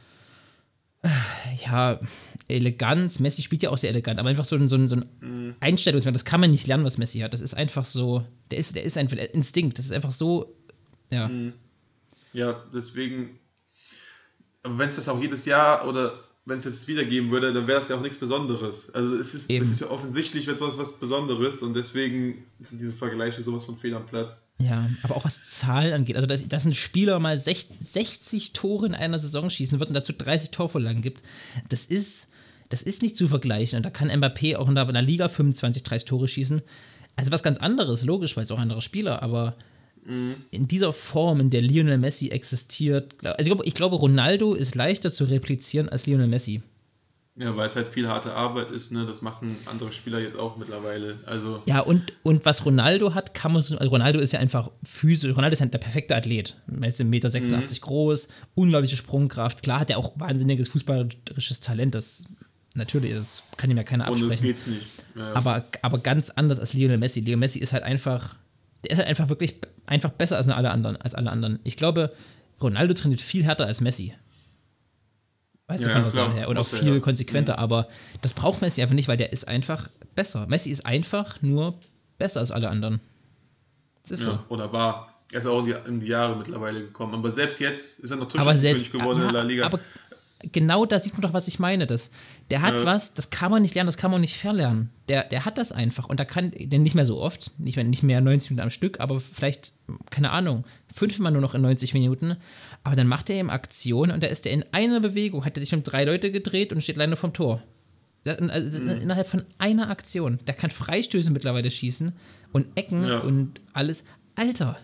Eleganz. Messi spielt ja auch sehr elegant, aber einfach so ein Einstellungsmerkmal, das kann man nicht lernen, was Messi hat. Das ist einfach so, der ist einfach Instinkt, das ist einfach so, ja. Ja, deswegen, aber wenn es das auch jedes Jahr oder wenn es jetzt wieder geben würde, dann wäre es ja auch nichts Besonderes. Also es ist ja offensichtlich etwas was Besonderes und deswegen sind diese Vergleiche sowas von fehl am Platz. Ja, aber auch was Zahlen angeht, also dass ein Spieler mal 60 Tore in einer Saison schießen wird und dazu 30 Torvorlagen gibt, das ist nicht zu vergleichen. Und da kann Mbappé auch in der Liga 25, 30 Tore schießen. Also was ganz anderes, logisch, weil es auch andere Spieler, aber in dieser Form, in der Lionel Messi existiert, also ich glaube, Ronaldo ist leichter zu replizieren als Lionel Messi. Ja, weil es halt viel harte Arbeit ist, ne? Das machen andere Spieler jetzt auch mittlerweile. Also ja, und was Ronaldo hat, Ronaldo ist ja einfach physisch, Ronaldo ist ja der perfekte Athlet. Er ist 1,86 Meter groß, unglaubliche Sprungkraft. Klar hat er auch wahnsinniges fußballerisches Talent, das Natürlich, das kann ihm ja keiner absprechen. Und das geht's nicht. Ja. Aber ganz anders als Lionel Messi. Lionel Messi ist halt einfach, wirklich einfach besser als alle anderen. Ich glaube, Ronaldo trainiert viel härter als Messi. Weißt du, von der Sache her. Und auch viel konsequenter. Aber das braucht Messi einfach nicht, weil der ist einfach besser. Messi ist einfach nur besser als alle anderen. Das ist so. Oder war. Er ist auch in die Jahre mittlerweile gekommen. Aber selbst jetzt ist er noch Torschützenkönig geworden in der Liga. Aber genau da sieht man doch, was ich meine. Der hat was, das kann man nicht lernen, das kann man nicht verlernen. Der hat das einfach. Und da kann der nicht mehr so oft, nicht mehr 90 Minuten am Stück, aber vielleicht, keine Ahnung, 5-mal nur noch in 90 Minuten. Aber dann macht er eben Aktion und da ist er in einer Bewegung, hat er sich um 3 Leute gedreht und steht alleine vorm Tor. Innerhalb von einer Aktion. Der kann Freistöße mittlerweile schießen und Ecken und alles. Alter!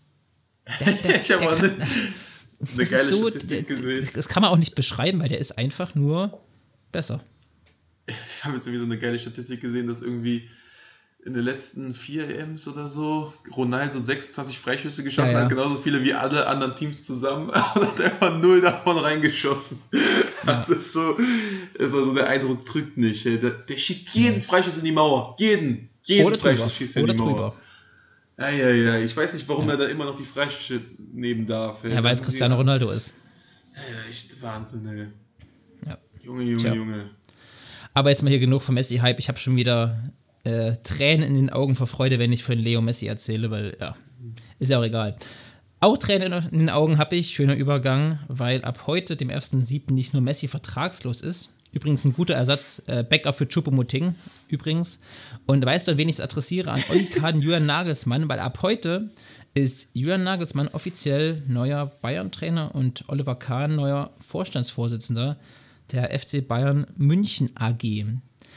Ich habe auch eine geile Statistik gesehen. Das kann man auch nicht beschreiben, weil der ist einfach nur besser. Ich habe jetzt irgendwie so eine geile Statistik gesehen, dass irgendwie in den letzten 4 EMs oder so Ronaldo 26 Freischüsse geschossen hat, genauso viele wie alle anderen Teams zusammen, aber hat einfach 0 davon reingeschossen. Das ist so, der Eindruck drückt nicht. Der schießt jeden Freischuss in die Mauer. Jeden Freischuss schießt er in die Mauer. Ja, ich weiß nicht, warum er da immer noch die Freischüsse nehmen darf. Ja, weil es Cristiano Ronaldo ist. Ja, echt Wahnsinn, ey. Ja. Junge. Aber jetzt mal hier genug vom Messi-Hype. Ich habe schon wieder Tränen in den Augen vor Freude, wenn ich von Leo Messi erzähle, weil, ist ja auch egal. Auch Tränen in den Augen habe ich, schöner Übergang, weil ab heute, dem 1.7., nicht nur Messi vertragslos ist. Übrigens ein guter Ersatz, Backup für Choupo-Moting, übrigens. Und weißt du, an wen ich es adressiere? An Oli Kahn, Julian Nagelsmann, weil ab heute ist Julian Nagelsmann offiziell neuer Bayern-Trainer und Oliver Kahn neuer Vorstandsvorsitzender der FC Bayern München AG.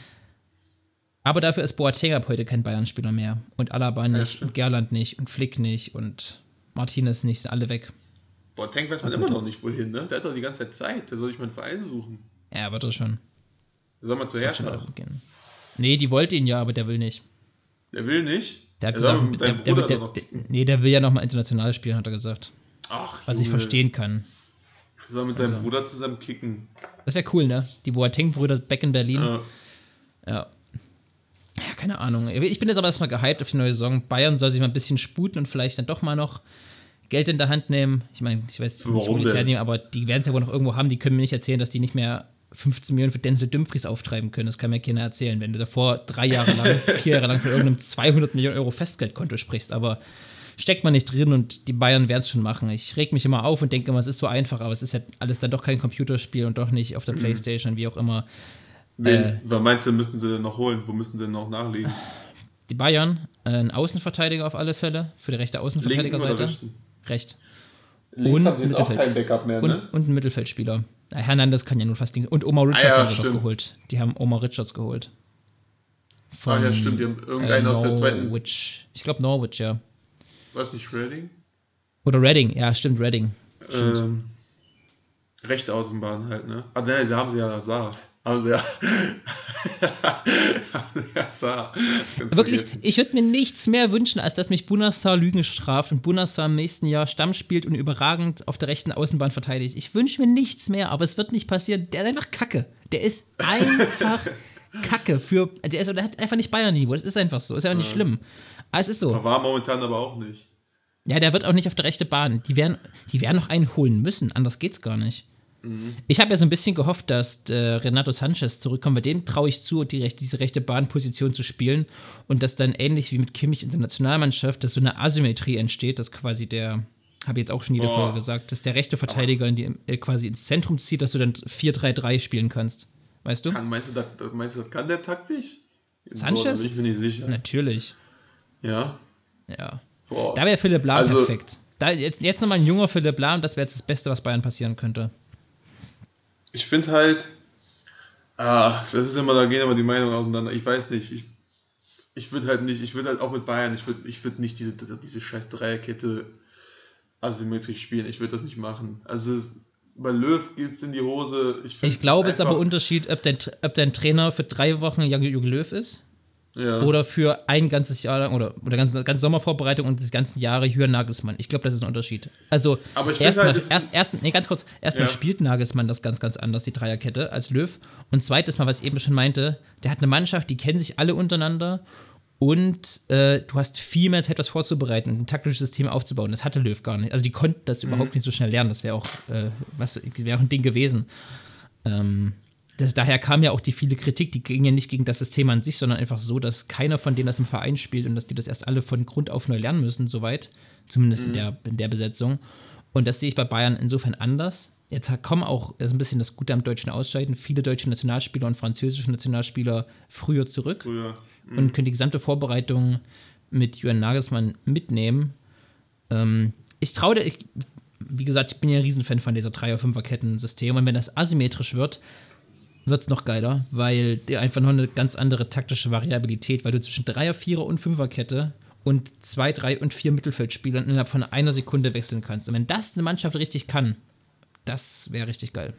Aber dafür ist Boateng ab heute kein Bayern-Spieler mehr. Und Alaba nicht, und Gerland nicht, und Flick nicht, und Martinez nicht, sind alle weg. Boateng weiß man immer noch nicht, wohin, ne? Der hat doch die ganze Zeit. Der soll sich mal einen Verein suchen. Ja, wird er schon. Soll man zu Hertha? Nee, die wollte ihn ja, aber der will nicht. Der will nicht? Der hat gesagt, der will ja nochmal international spielen, hat er gesagt. Ach, was ich verstehen kann. Er soll mit seinem Bruder zusammen kicken. Das wäre cool, ne? Die Boateng-Brüder back in Berlin. Ja, keine Ahnung. Ich bin jetzt aber erstmal gehypt auf die neue Saison. Bayern soll sich mal ein bisschen sputen und vielleicht dann doch mal noch Geld in der Hand nehmen. Ich meine, ich weiß nicht, wo die es hernehmen, aber die werden es ja wohl noch irgendwo haben. Die können mir nicht erzählen, dass die nicht mehr 15 Millionen für Denzel Dumfries auftreiben können. Das kann mir keiner erzählen, wenn du davor 4 Jahre lang von irgendeinem 200 Millionen Euro Festgeldkonto sprichst. Aber steckt man nicht drin und die Bayern werden es schon machen. Ich reg mich immer auf und denke immer, es ist so einfach, aber es ist ja alles dann doch kein Computerspiel und doch nicht auf der Playstation, wie auch immer. Was meinst du, müssten sie denn noch holen? Wo müssten sie denn noch nachlegen? Die Bayern, ein Außenverteidiger auf alle Fälle, für die rechte Außenverteidigerseite. Recht. Links haben sie auch kein Backup mehr, ne? Und ein Mittelfeldspieler. Hernandez kann ja nur fast und Omar Richards haben sie doch geholt. Die haben Omar Richards geholt. Ja, stimmt. Die haben irgendeinen aus der zweiten. Ich glaube Norwich, ja. War es nicht Reading? Oder Reading, ja, stimmt, Reading. Rechte Außenbahn halt, ne? Ah, ne, sie haben sie ja Saar. Wirklich, ich würde mir nichts mehr wünschen, als dass mich Bouna Sarr Lügen straft und Bouna Sarr im nächsten Jahr Stamm spielt und überragend auf der rechten Außenbahn verteidigt. Ich wünsche mir nichts mehr, aber es wird nicht passieren. Der ist einfach Kacke. Der ist einfach Kacke. Der hat einfach nicht Bayern-Niveau. Das ist einfach so. Ist ja auch nicht schlimm. Aber es ist so. War momentan aber auch nicht. Ja, der wird auch nicht auf der rechten Bahn. Die werden noch einen holen müssen. Anders geht's gar nicht. Ich habe ja so ein bisschen gehofft, dass Renato Sanchez zurückkommt. Bei dem traue ich zu, diese rechte Bahnposition zu spielen und dass dann ähnlich wie mit Kimmich in der Nationalmannschaft, dass so eine Asymmetrie entsteht, dass quasi habe ich jetzt auch schon jede Folge gesagt, dass der rechte Verteidiger quasi ins Zentrum zieht, dass du dann 4-3-3 spielen kannst. Weißt du? Meinst du, das kann der taktisch? Sanchez? Da bin ich mir nicht sicher. Natürlich. Ja? Ja. Boah. Da wäre Philipp Lahm perfekt. Jetzt nochmal ein junger Philipp Lahm, das wäre jetzt das Beste, was Bayern passieren könnte. Ich finde halt, das ist immer, da gehen immer die Meinungen auseinander. Ich weiß nicht, ich würde halt auch mit Bayern, ich würde nicht diese scheiß Dreierkette asymmetrisch spielen. Ich würde das nicht machen. Also bei Löw geht es in die Hose. Ich glaube, es ist aber ein Unterschied, ob dein Trainer für 3 Wochen Jogi Löw ist Ja. Oder für ein ganzes Jahr lang oder ganze Sommervorbereitung und die ganzen Jahre Jürgen Nagelsmann. Ich glaube, das ist ein Unterschied. Also erstmal spielt Nagelsmann das ganz, ganz anders, die Dreierkette, als Löw. Und zweites Mal, was ich eben schon meinte, der hat eine Mannschaft, die kennen sich alle untereinander und du hast viel mehr Zeit, was vorzubereiten und ein taktisches System aufzubauen. Das hatte Löw gar nicht. Also die konnten das überhaupt nicht so schnell lernen. Das wäre auch, wäre auch ein Ding gewesen. Daher kam ja auch die viele Kritik, die ging ja nicht gegen das System an sich, sondern einfach so, dass keiner von denen das im Verein spielt und dass die das erst alle von Grund auf neu lernen müssen, soweit, zumindest in der Besetzung. Und das sehe ich bei Bayern insofern anders. Jetzt kommen auch, das ist ein bisschen das Gute am deutschen Ausscheiden, viele deutsche Nationalspieler und französische Nationalspieler früher zurück und können die gesamte Vorbereitung mit Jürgen Nagelsmann mitnehmen. Ich traue dir, wie gesagt, ich bin ja ein Riesenfan von dieser 3er-, 5er-Ketten-System und wenn das asymmetrisch wird es noch geiler, weil dir einfach noch eine ganz andere taktische Variabilität, weil du zwischen 3er-, 4er- und 5er-Kette und 2, 3 und 4 Mittelfeldspielern innerhalb von einer Sekunde wechseln kannst. Und wenn das eine Mannschaft richtig kann, das wäre richtig geil.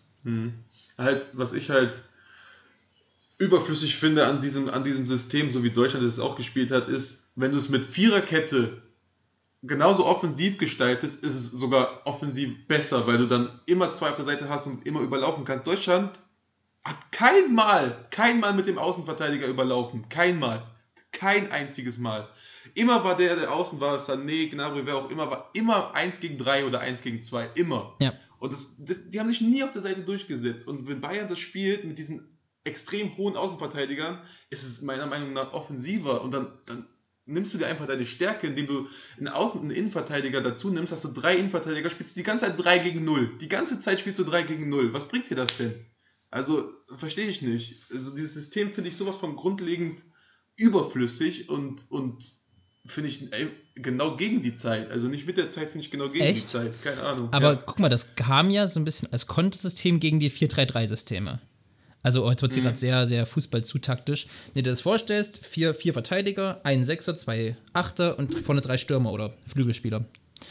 Halt, was ich halt überflüssig finde an diesem System, so wie Deutschland es auch gespielt hat, ist, wenn du es mit Viererkette genauso offensiv gestaltest, ist es sogar offensiv besser, weil du dann immer zwei auf der Seite hast und immer überlaufen kannst. Deutschland hat kein Mal mit dem Außenverteidiger überlaufen. Kein einziges Mal. Immer war der Außen war, Sané, Gnabry, wer auch immer, war immer 1 gegen 3 oder 1 gegen 2. Immer. Ja. Und die haben sich nie auf der Seite durchgesetzt. Und wenn Bayern das spielt mit diesen extrem hohen Außenverteidigern, ist es meiner Meinung nach offensiver. Und dann nimmst du dir einfach deine Stärke, indem du einen Innenverteidiger dazu nimmst, hast du 3 Innenverteidiger, spielst du die ganze Zeit 3 gegen 0. Die ganze Zeit spielst du 3 gegen 0. Was bringt dir das denn? Also, verstehe ich nicht. Also, dieses System finde ich sowas von grundlegend überflüssig und finde ich genau gegen die Zeit. Also nicht mit der Zeit, finde ich genau gegen die Zeit. Keine Ahnung. Aber guck mal, das kam ja so ein bisschen als Kontosystem gegen die 4-3-3-Systeme. Also jetzt wird es hier gerade sehr, sehr Fußball zu taktisch. Wenn du dir das vorstellst, 4 Verteidiger, 1 Sechser, 2 Achter und vorne 3 Stürmer oder Flügelspieler.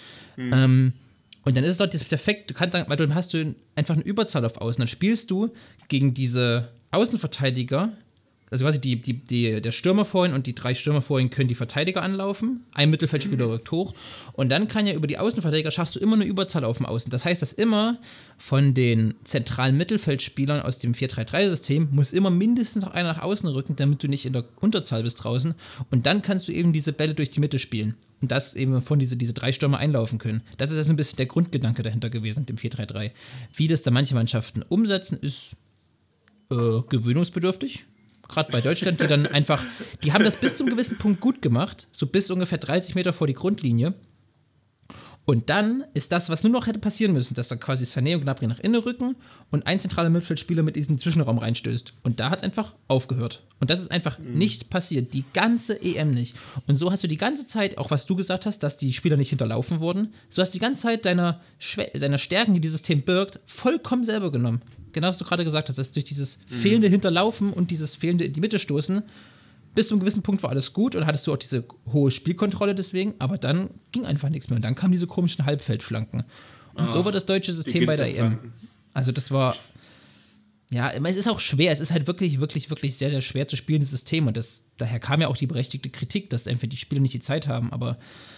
Und dann ist es doch das perfekt, weil dann hast du einfach eine Überzahl auf Außen. Dann spielst du gegen diese Außenverteidiger, also quasi der Stürmer vorhin und die 3 Stürmer vorhin können die Verteidiger anlaufen, ein Mittelfeldspieler rückt hoch und dann kann ja über die Außenverteidiger schaffst du immer eine Überzahl auf dem Außen. Das heißt, dass immer von den zentralen Mittelfeldspielern aus dem 4-3-3-System muss immer mindestens noch einer nach außen rücken, damit du nicht in der Unterzahl bist draußen und dann kannst du eben diese Bälle durch die Mitte spielen und das eben von diese 3 Stürmer einlaufen können. Das ist also ein bisschen der Grundgedanke dahinter gewesen, dem 4-3-3. Wie das da manche Mannschaften umsetzen, ist gewöhnungsbedürftig. Gerade bei Deutschland, die haben das bis zum gewissen Punkt gut gemacht, so bis ungefähr 30 Meter vor die Grundlinie. Und dann ist das, was nur noch hätte passieren müssen, dass dann quasi Sané und Gnabry nach innen rücken und ein zentraler Mittelfeldspieler mit diesem Zwischenraum reinstößt. Und da hat es einfach aufgehört. Und das ist einfach nicht passiert, die ganze EM nicht. Und so hast du die ganze Zeit, auch was du gesagt hast, dass die Spieler nicht hinterlaufen wurden, so hast du die ganze Zeit seiner Stärken, die dieses System birgt, vollkommen selber genommen. Genau, was du gerade gesagt hast, dass durch dieses fehlende Hinterlaufen und dieses fehlende in die Mitte stoßen, bis zu einem gewissen Punkt war alles gut und hattest du auch diese hohe Spielkontrolle deswegen, aber dann ging einfach nichts mehr. Und dann kamen diese komischen Halbfeldflanken. Und so war das deutsche System bei der EM. Also das war, ja, es ist auch schwer. Es ist halt wirklich, wirklich, wirklich sehr, sehr schwer zu spielen, das System. Und daher kam ja auch die berechtigte Kritik, dass einfach die Spieler nicht die Zeit haben. Aber,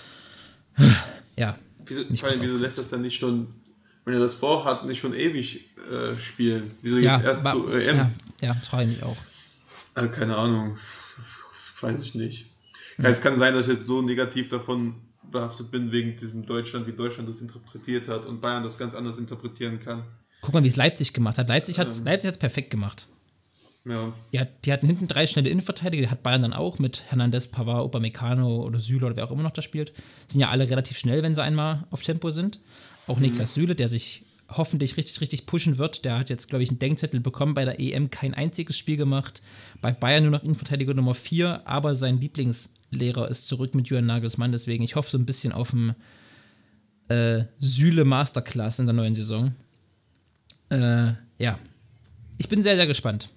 ja. Wieso lässt das dann nicht schon, wenn er das vorhat, nicht schon ewig spielen? Wieso jetzt erst zur EM? Ja, frage ich mich auch. Keine Ahnung. Weiß ich nicht. Es kann sein, dass ich jetzt so negativ davon behaftet bin, wegen diesem Deutschland, wie Deutschland das interpretiert hat und Bayern das ganz anders interpretieren kann. Guck mal, wie es Leipzig gemacht hat. Leipzig hat es perfekt gemacht. Ja. Die hatten hinten 3 schnelle Innenverteidiger, die hat Bayern dann auch mit Hernandez, Pavard, Upamecano oder Süle oder wer auch immer noch da spielt. Sind ja alle relativ schnell, wenn sie einmal auf Tempo sind. Auch Niklas Süle, der sich hoffentlich richtig, richtig pushen wird. Der hat jetzt, glaube ich, einen Denkzettel bekommen, bei der EM kein einziges Spiel gemacht. Bei Bayern nur noch Innenverteidiger Nummer 4, aber sein Lieblingslehrer ist zurück mit Jürgen Nagelsmann. Deswegen, ich hoffe so ein bisschen auf ein Süle Masterclass in der neuen Saison. Ja, ich bin sehr, sehr gespannt.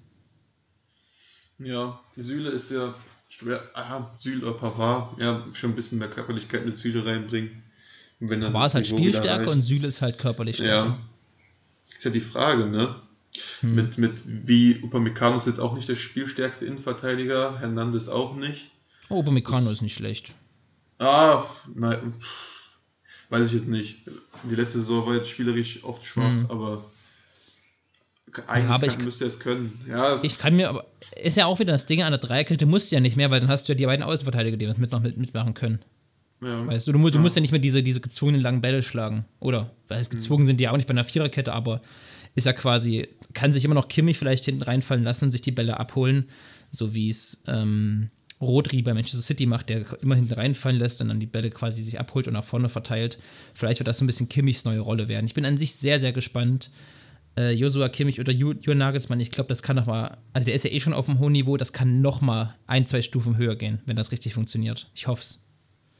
Ja, die Süle ist ja schwer. Süle oder Pavard, ja, schon ein bisschen mehr Körperlichkeit mit Süle reinbringen. Pavard ist halt Spielstärke und Süle ist halt körperlich stärker. Ja, ist ja die Frage, ne? Mit wie Upamecano ist jetzt auch nicht der spielstärkste Innenverteidiger, Hernandez auch nicht. Oh, Upamecano ist nicht schlecht. Nein, weiß ich jetzt nicht. Die letzte Saison war jetzt spielerisch oft schwach, aber eigentlich müsste er es können. Ja, ich kann mir, aber ist ja auch wieder das Ding an der Dreierkette, musst du ja nicht mehr, weil dann hast du ja die beiden Außenverteidiger, die mitmachen können. Ja. Weißt du, du musst ja nicht mehr diese gezwungenen langen Bälle schlagen, oder? Weil es gezwungen sind die ja auch nicht bei einer Viererkette, aber ist ja quasi, kann sich immer noch Kimmich vielleicht hinten reinfallen lassen und sich die Bälle abholen, so wie es Rodri bei Manchester City macht, der immer hinten reinfallen lässt und dann die Bälle quasi sich abholt und nach vorne verteilt. Vielleicht wird das so ein bisschen Kimmichs neue Rolle werden. Ich bin an sich sehr, sehr gespannt. Joshua Kimmich oder Julian Nagelsmann, ich glaube, das kann nochmal, also der ist ja eh schon auf einem hohen Niveau, das kann nochmal 1-2 Stufen höher gehen, wenn das richtig funktioniert. Ich hoffe es.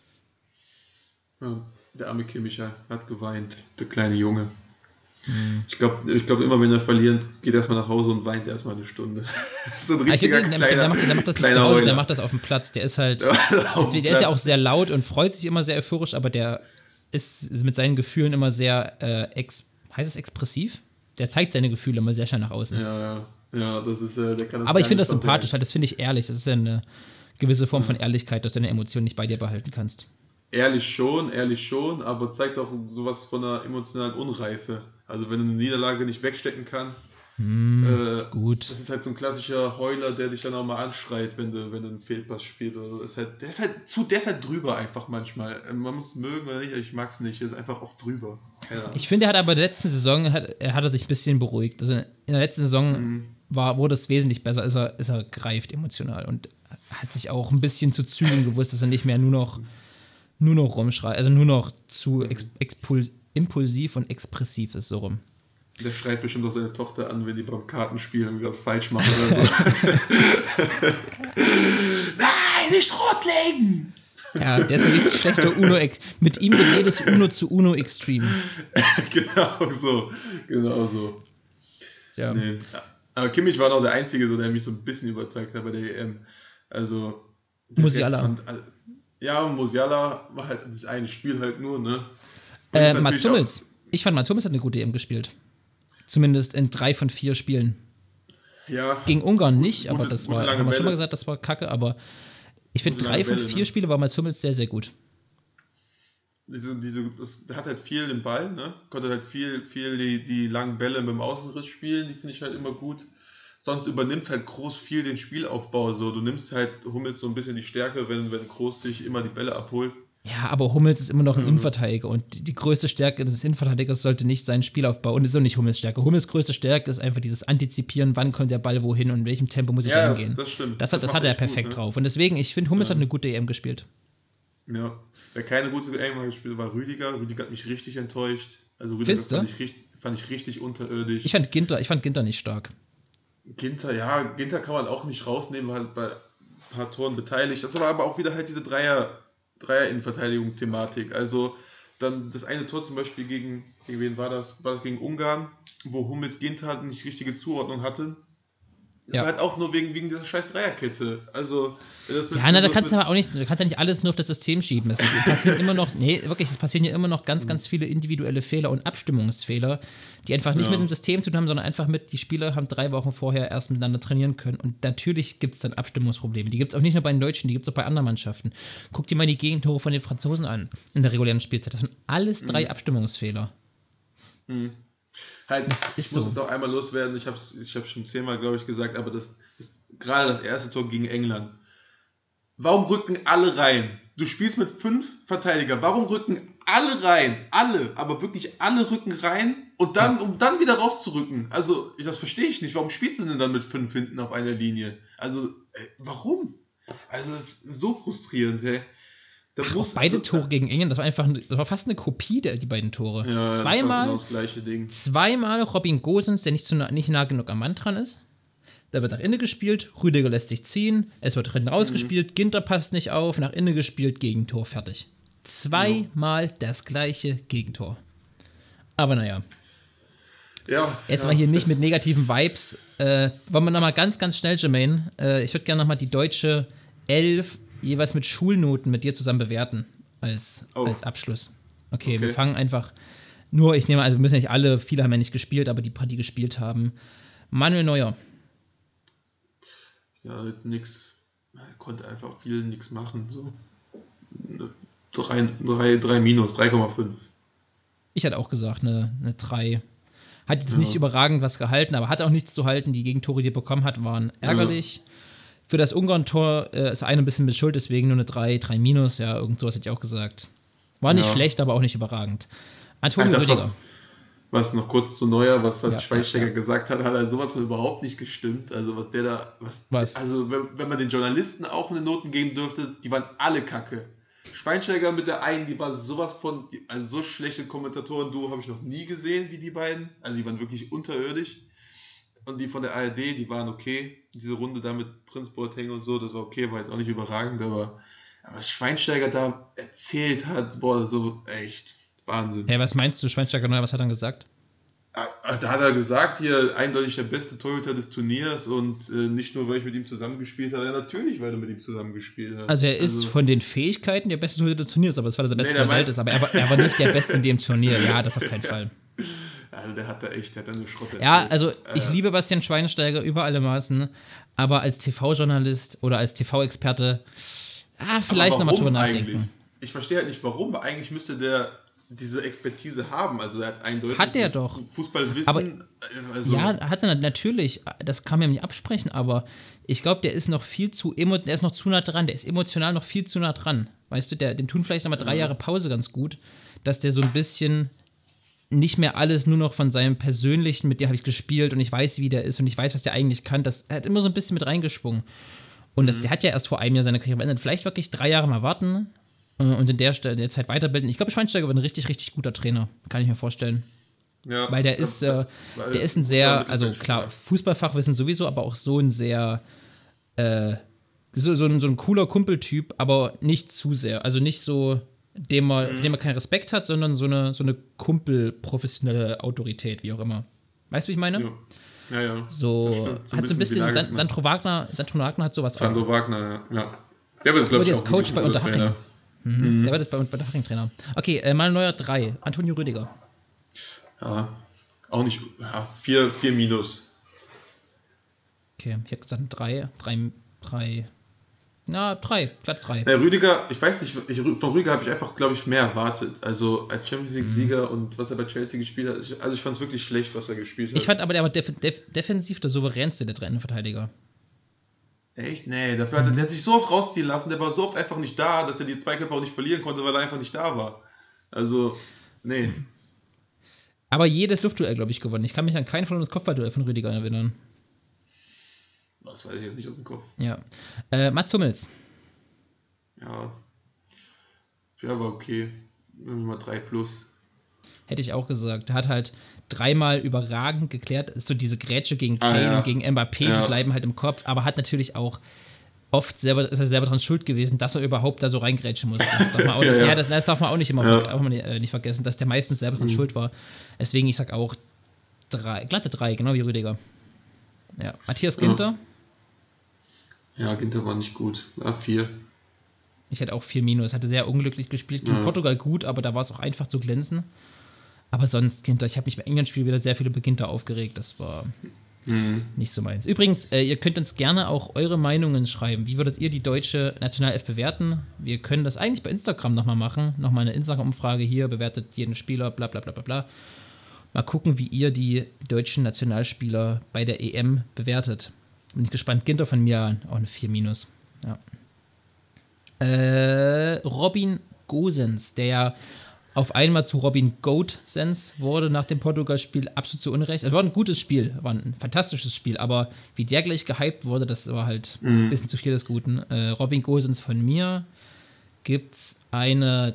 Ja, der arme Kimmich hat geweint, der kleine Junge. Ich glaube, immer wenn er verliert, geht er erstmal nach Hause und weint erstmal eine Stunde. So ein richtiger der macht das nicht zu Hause, der macht das auf dem Platz. Der ist halt, der ist ja auch sehr laut und freut sich immer sehr euphorisch, aber der ist mit seinen Gefühlen immer sehr, heißt es expressiv? Der zeigt seine Gefühle immer sehr schnell nach außen. Ja, das ist, der kann das. Aber ich finde das sympathisch, weil das finde ich ehrlich. Das ist ja eine gewisse Form von Ehrlichkeit, dass du deine Emotionen nicht bei dir behalten kannst. Ehrlich schon, aber zeigt auch sowas von einer emotionalen Unreife. Also wenn du eine Niederlage nicht wegstecken kannst, gut. Das ist halt so ein klassischer Heuler, der dich dann auch mal anschreit, wenn du einen Fehlpass spielst. Also der ist halt drüber einfach manchmal. Man muss es mögen oder nicht, ich mag es nicht. Er ist einfach oft drüber. Ich finde, er hat aber in der letzten Saison hat er sich ein bisschen beruhigt. Also in der letzten Saison wurde es wesentlich besser, ist er greift emotional und hat sich auch ein bisschen zu zügeln gewusst, dass er nicht mehr nur noch rumschreit, also nur noch zu impulsiv und expressiv ist, so rum. Der schreit bestimmt auch seine Tochter an, wenn die beim Kartenspielen was falsch machen oder so. Nein, nicht rot legen! Ja, der ist ein richtig schlechter Uno. Mit ihm wird jedes Uno zu Uno Extreme. Genau so. Ja. Nee. Aber Kimmich war noch der Einzige, der mich so ein bisschen überzeugt hat bei der EM. Also Musiala. Musiala war halt das eine Spiel halt nur, ne? Mats Hummels. Ich fand, Mats Hummels hat eine gute EM gespielt. Zumindest in 3 von 4 Spielen. Ja. Gegen Ungarn nicht, aber das war, haben wir schon mal gesagt, das war kacke, aber ich finde 3 von 4 Spiele war Mats Hummels sehr, sehr gut. Der hat halt viel den Ball, ne? Konnte halt viel die langen Bälle mit dem Außenriss spielen, die finde ich halt immer gut. Sonst übernimmt halt Kroos viel den Spielaufbau so. Du nimmst halt Hummels so ein bisschen die Stärke, wenn Kroos sich immer die Bälle abholt. Ja, aber Hummels ist immer noch ein Innenverteidiger und die größte Stärke des Innenverteidigers sollte nicht sein Spielaufbau und ist auch nicht Hummels Stärke. Hummels größte Stärke ist einfach dieses Antizipieren, wann kommt der Ball wohin und in welchem Tempo muss ich da hingehen. Das stimmt. Das hat er perfekt drauf. Und deswegen, ich finde, Hummels hat eine gute EM gespielt. Ja, wer keine gute EM gespielt hat, war Rüdiger. Rüdiger hat mich richtig enttäuscht. Also Rüdiger fand ich richtig unterirdisch. Ich fand Ginter nicht stark. Ginter kann man auch nicht rausnehmen, halt bei ein paar Toren beteiligt. Das war aber auch wieder halt diese Dreier-Innenverteidigung-Thematik. Also dann das eine Tor zum Beispiel gegen wen war das? War das gegen Ungarn, wo Hummels Ginter nicht richtige Zuordnung hatte. Das war halt auch nur wegen dieser scheiß Dreierkette. Also, da kannst du aber auch nicht, du kannst ja nicht alles nur auf das System schieben. Es passieren ja immer noch ganz, ganz viele individuelle Fehler und Abstimmungsfehler, die einfach nicht mit dem System zu tun haben, sondern einfach die Spieler haben 3 Wochen vorher erst miteinander trainieren können. Und natürlich gibt es dann Abstimmungsprobleme. Die gibt es auch nicht nur bei den Deutschen, die gibt es auch bei anderen Mannschaften. Guck dir mal die Gegentore von den Franzosen an in der regulären Spielzeit. Das sind alles 3 Abstimmungsfehler. Ich muss es doch einmal loswerden, ich hab's schon 10-mal, glaube ich, gesagt, aber das ist gerade das erste Tor gegen England. Warum rücken alle rein? Du spielst mit 5 Verteidigern, warum rücken alle rein? Alle, aber wirklich alle rücken rein und dann, um dann wieder rauszurücken. Also, das verstehe ich nicht. Warum spielst du denn dann mit 5 hinten auf einer Linie? Also, warum? Also, das ist so frustrierend, hey. Beide Tore gegen England, das war fast eine Kopie die beiden Tore. Ja, zweimal genau das gleiche Ding. Zweimal Robin Gosens, der nicht nah genug am Mann dran ist. Da wird nach innen gespielt, Rüdiger lässt sich ziehen, es wird hinten rausgespielt, Ginter passt nicht auf, nach innen gespielt, Gegentor, fertig. Zweimal das gleiche Gegentor. Aber naja. Jetzt mal hier nicht mit negativen Vibes. Wollen wir nochmal ganz, ganz schnell, Jermaine, ich würde gerne nochmal die deutsche 11 jeweils mit Schulnoten mit dir zusammen bewerten als Abschluss. Okay, wir fangen einfach wir müssen ja nicht alle, viele haben ja nicht gespielt, aber die paar, die gespielt haben. Manuel Neuer. Ja, jetzt nix. Er konnte einfach nichts machen. So. 3 minus, 3,5. Ich hatte auch gesagt, eine 3. Hat jetzt nicht überragend was gehalten, aber hat auch nichts zu halten. Die Gegentore, die er bekommen hat, waren ärgerlich. Ja. Für das Ungarn-Tor ist einer ein bisschen mit Schuld, deswegen nur eine 3 minus. Ja, irgend sowas hätte ich auch gesagt. War nicht schlecht, aber auch nicht überragend. Antonio Rüdiger. Was noch kurz zu Neuer, was halt Schweinsteiger gesagt hat, hat halt sowas von überhaupt nicht gestimmt. Also was der da, also wenn man den Journalisten auch eine Noten geben dürfte, die waren alle kacke. Schweinsteiger mit der einen, die war sowas von, also so schlechte Kommentatoren-Duo habe ich noch nie gesehen wie die beiden. Also die waren wirklich unterirdisch. Und die von der ARD, die waren okay. Diese Runde da mit Prinz Boateng und so, das war okay, war jetzt auch nicht überragend, aber was Schweinsteiger da erzählt hat, boah, so echt Wahnsinn. Ja, was meinst du, Schweinsteiger Neuer, was hat er dann gesagt? Da hat er gesagt, hier eindeutig der beste Torhüter des Turniers und nicht nur, weil ich mit ihm zusammengespielt habe, ja natürlich, weil du mit ihm zusammengespielt hast. Also er ist von den Fähigkeiten der beste Torhüter des Turniers, aber es war der beste der Welt ist, aber er war nicht der Beste in dem Turnier, ja, das auf keinen Fall. Also der hat da eine Schrott erzählt. Ja, also ich liebe Bastian Schweinsteiger über alle Maßen, aber als TV-Journalist oder als TV-Experte, vielleicht nochmal drüber nachdenken. Eigentlich? Ich verstehe halt nicht, warum, weil eigentlich müsste der diese Expertise haben, also er hat eindeutig hat er doch. Fußballwissen. Aber, also ja, hat er natürlich, das kann man ihm nicht absprechen, aber ich glaube, der ist noch der ist noch zu nah dran, der ist emotional noch viel zu nah dran. Weißt du, dem tun vielleicht nochmal 3 Jahre Pause ganz gut, dass der so ein bisschen nicht mehr alles nur noch von seinem Persönlichen, mit dem habe ich gespielt und ich weiß, wie der ist und ich weiß, was der eigentlich kann, er hat immer so ein bisschen mit reingeschwungen. Und der hat ja erst vor einem Jahr seine Karriere beendet, vielleicht wirklich 3 Jahre mal warten und in der Zeit weiterbilden. Ich glaube, Schweinsteiger wird ein richtig, richtig guter Trainer, kann ich mir vorstellen. Ja, weil der ist ein sehr, also klar, Fußballfachwissen sowieso, aber auch so ein sehr, so ein cooler Kumpeltyp, aber nicht zu sehr. Also nicht so, dem man keinen Respekt hat, sondern so eine kumpelprofessionelle Autorität, wie auch immer. Weißt du, wie ich meine? Ja. So hat so ein bisschen, Sandro Wagner hat sowas auch. Sandro Wagner, ja. Der wird, glaube ich, jetzt Coach bei Unterhaching. Der wird jetzt bei Unterhaching Trainer. Okay, mal ein neuer 3. Antonio Rüdiger. Ja, auch nicht, 4 minus. Okay, ich hätte gesagt 3. Na, 3, glatt 3. Rüdiger, ich weiß nicht, von Rüdiger habe ich einfach, glaube ich, mehr erwartet. Also als Champions League-Sieger und was er bei Chelsea gespielt hat. Also ich fand es wirklich schlecht, was er gespielt hat. Ich fand aber, der war defensiv der souveränste der 3 Innenverteidiger. Echt? Nee, dafür der hat sich so oft rausziehen lassen, der war so oft einfach nicht da, dass er die Zweikämpfe auch nicht verlieren konnte, weil er einfach nicht da war. Also, nee. Aber jedes Luftduell, glaube ich, gewonnen. Ich kann mich an kein verlorenes Kopfballduell von Rüdiger erinnern. Das weiß ich jetzt nicht aus dem Kopf. Ja. Mats Hummels. Ja, war okay. Mal 3 plus. Hätte ich auch gesagt. Der hat halt 3-mal überragend geklärt. Ist so diese Grätsche gegen Kane und gegen Mbappé, die bleiben halt im Kopf, aber hat natürlich auch oft ist er selber dran schuld gewesen, dass er überhaupt da so reingrätschen musste. Das darf man auch das darf man auch nicht nicht vergessen, dass der meistens selber dran schuld war. Deswegen, ich sag auch 3, glatte 3, genau wie Rüdiger. Ja. Matthias Ginter. Ja, Ginter war nicht gut. 4. Ich hätte auch 4 minus. Hatte sehr unglücklich gespielt. Gegen Portugal gut, aber da war es auch einfach zu glänzen. Aber sonst, Ginter, ich habe mich beim England-Spiel wieder sehr viel über Ginter aufgeregt. Das war nicht so meins. Übrigens, ihr könnt uns gerne auch eure Meinungen schreiben. Wie würdet ihr die deutsche Nationalelf bewerten? Wir können das eigentlich bei Instagram nochmal machen. Nochmal eine Instagram-Umfrage hier. Bewertet jeden Spieler, bla bla bla bla bla. Mal gucken, wie ihr die deutschen Nationalspieler bei der EM bewertet. Bin ich gespannt. Ginter von mir auch eine 4 minus. Ja. Robin Gosens, der auf einmal zu Robin Goatsens wurde nach dem Portugal-Spiel, absolut zu Unrecht. Es war ein gutes Spiel, war ein fantastisches Spiel, aber wie der gleich gehypt wurde, das war halt ein bisschen zu viel des Guten. Robin Gosens von mir gibt's eine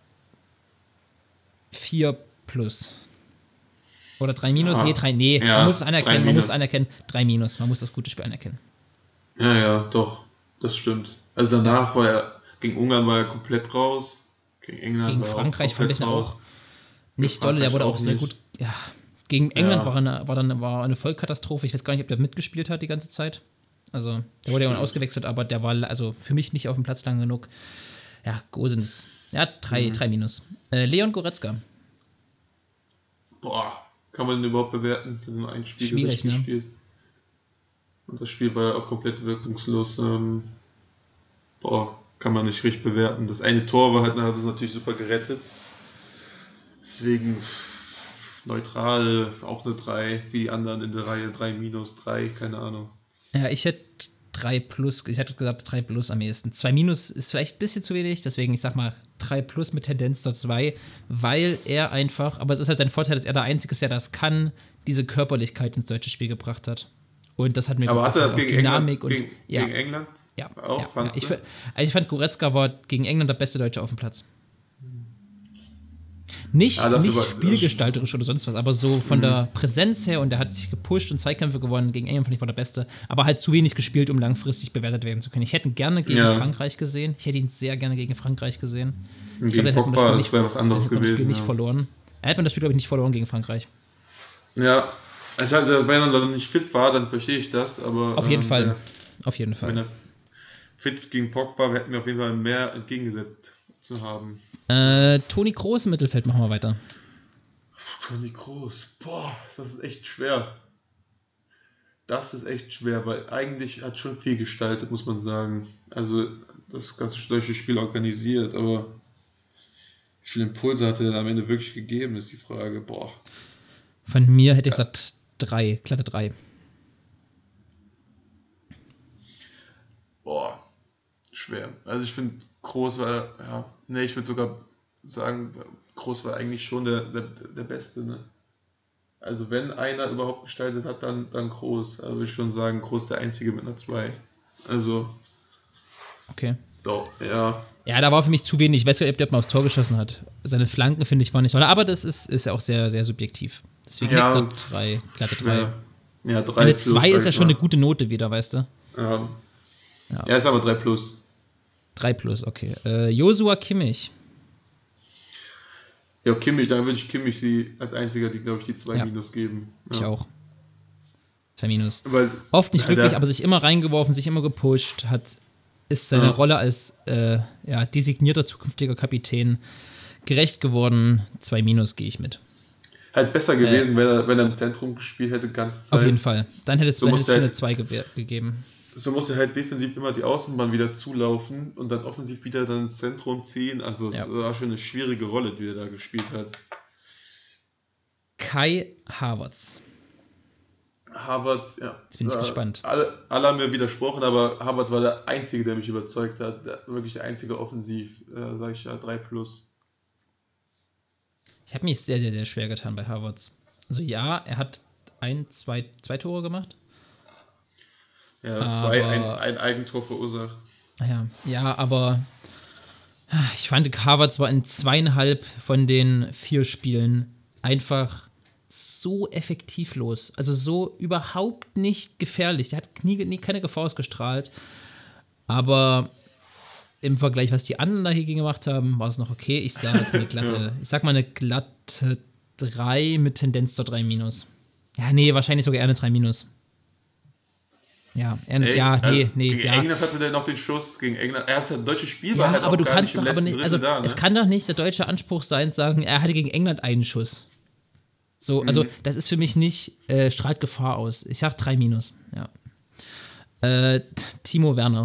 4 plus. Oder 3 minus? Ja. Man muss es anerkennen, 3 minus, man muss das gute Spiel anerkennen. Ja, doch, das stimmt. Also danach gegen Ungarn war er komplett raus. Gegen Frankreich fand ich ihn auch nicht dolle, der wurde auch sehr gut. Ja, gegen England war eine Vollkatastrophe. Ich weiß gar nicht, ob der mitgespielt hat die ganze Zeit. Also, der wurde ja auch ausgewechselt, aber der war also für mich nicht auf dem Platz lang genug. Ja, Gosens. Ja, 3 minus. Leon Goretzka. Boah, kann man den überhaupt bewerten? Der hat nur ein Spiel schwierig, ne? gespielt. Und das Spiel war ja auch komplett wirkungslos. Kann man nicht richtig bewerten. Das eine Tor hat das natürlich super gerettet. Deswegen neutral, auch eine 3, wie die anderen in der Reihe 3 minus 3, keine Ahnung. Ja, ich hätte 3 plus, ich hätte gesagt 3 plus am ehesten. 2 minus ist vielleicht ein bisschen zu wenig, deswegen ich sag mal 3 plus mit Tendenz zur 2, weil er einfach, aber es ist halt sein Vorteil, dass er der Einzige ist, der das kann, diese Körperlichkeit ins deutsche Spiel gebracht hat. Und das hat mir aber gut hatte das gegen Dynamik England, und gegen England ja, auch? Ja. Ich fand Goretzka war gegen England der beste Deutsche auf dem Platz. Nicht spielgestalterisch oder sonst was, aber so von der Präsenz her, und er hat sich gepusht und Zweikämpfe gewonnen. Gegen England fand ich war der Beste, aber halt zu wenig gespielt, um langfristig bewertet werden zu können. Ich hätte ihn gerne gegen Frankreich gesehen. Ich hätte ihn sehr gerne gegen Frankreich gesehen. Gegen Pogba, das wäre was anderes gewesen. Das Spiel nicht verloren. Er hätte das Spiel, glaube ich, nicht verloren gegen Frankreich. Ja, also wenn er dann nicht fit war, dann verstehe ich das, aber... Auf jeden Fall. Auf jeden Fall. Wenn er fit gegen Pogba, hätten wir auf jeden Fall mehr entgegengesetzt zu haben. Toni Kroos im Mittelfeld, machen wir weiter. Toni Kroos, das ist echt schwer. Das ist echt schwer, weil eigentlich hat schon viel gestaltet, muss man sagen. Also das ganze deutsche Spiel organisiert, aber wie viele Impulse hat er am Ende wirklich gegeben, ist die Frage. Von mir hätte ich gesagt 3, glatte 3. Schwer. Also ich finde, Kroos war, ich würde sogar sagen, Kroos war eigentlich schon der Beste, ne? Also wenn einer überhaupt gestaltet hat, dann Kroos. Also würde ich schon sagen, Kroos der Einzige mit einer 2. Also. Okay. So, ja. Ja, da war für mich zu wenig. Ich weiß gar nicht, ob der mal aufs Tor geschossen hat. Seine Flanken, finde ich, waren nicht toll. Aber das ist ja auch sehr, sehr subjektiv. Deswegen ja, so 3, glatte 3. Ja, 3 eine plus. 2 ist ja schon eine gute Note wieder, weißt du? Ja, ist aber 3 plus. 3 plus, okay. Joshua Kimmich. Ja, Kimmich, da würde ich Kimmich als einziger, die, glaube ich, die 2 minus geben. Ja. Ich auch. 2 minus. Weil, oft nicht glücklich, aber sich immer reingeworfen, sich immer gepusht, ist seiner Rolle als designierter zukünftiger Kapitän gerecht geworden. 2 minus gehe ich mit. Halt besser gewesen, wenn er im Zentrum gespielt hätte, ganz Zeit. Auf jeden Fall. Dann hätte es schon eine 2 gegeben. So muss er halt defensiv immer die Außenbahn wieder zulaufen und dann offensiv wieder dann ins Zentrum ziehen. Also das war schon eine schwierige Rolle, die er da gespielt hat. Kai Havertz. Ja. Jetzt bin ich gespannt. Alle haben mir widersprochen, aber Havertz war der Einzige, der mich überzeugt hat. Wirklich der einzige offensiv, sage ich 3 plus. Ich habe mich sehr, sehr, sehr schwer getan bei Havertz. Also ja, er hat zwei Tore gemacht. Ja, ein Eigentor verursacht. Ja, aber ich fand, Havertz war in 2,5 von den 4 Spielen einfach so effektivlos. Also so überhaupt nicht gefährlich. Der hat keine Gefahr ausgestrahlt. Aber im Vergleich, was die anderen da hier gemacht haben, war es noch okay. Ich sag mal eine glatte 3 mit Tendenz zur 3 minus. Ja, nee, wahrscheinlich sogar eher eine 3 minus. Ja, gegen England hatte der noch den Schuss, gegen England. Er ist ja ein deutsches Spiel, war halt aber auch du gar kannst nicht doch aber nicht, also da, ne? Es kann doch nicht der deutsche Anspruch sein, sagen, er hatte gegen England einen Schuss. So, also das ist für mich nicht, strahlt Gefahr aus. Ich sag 3 minus, ja. Timo Werner.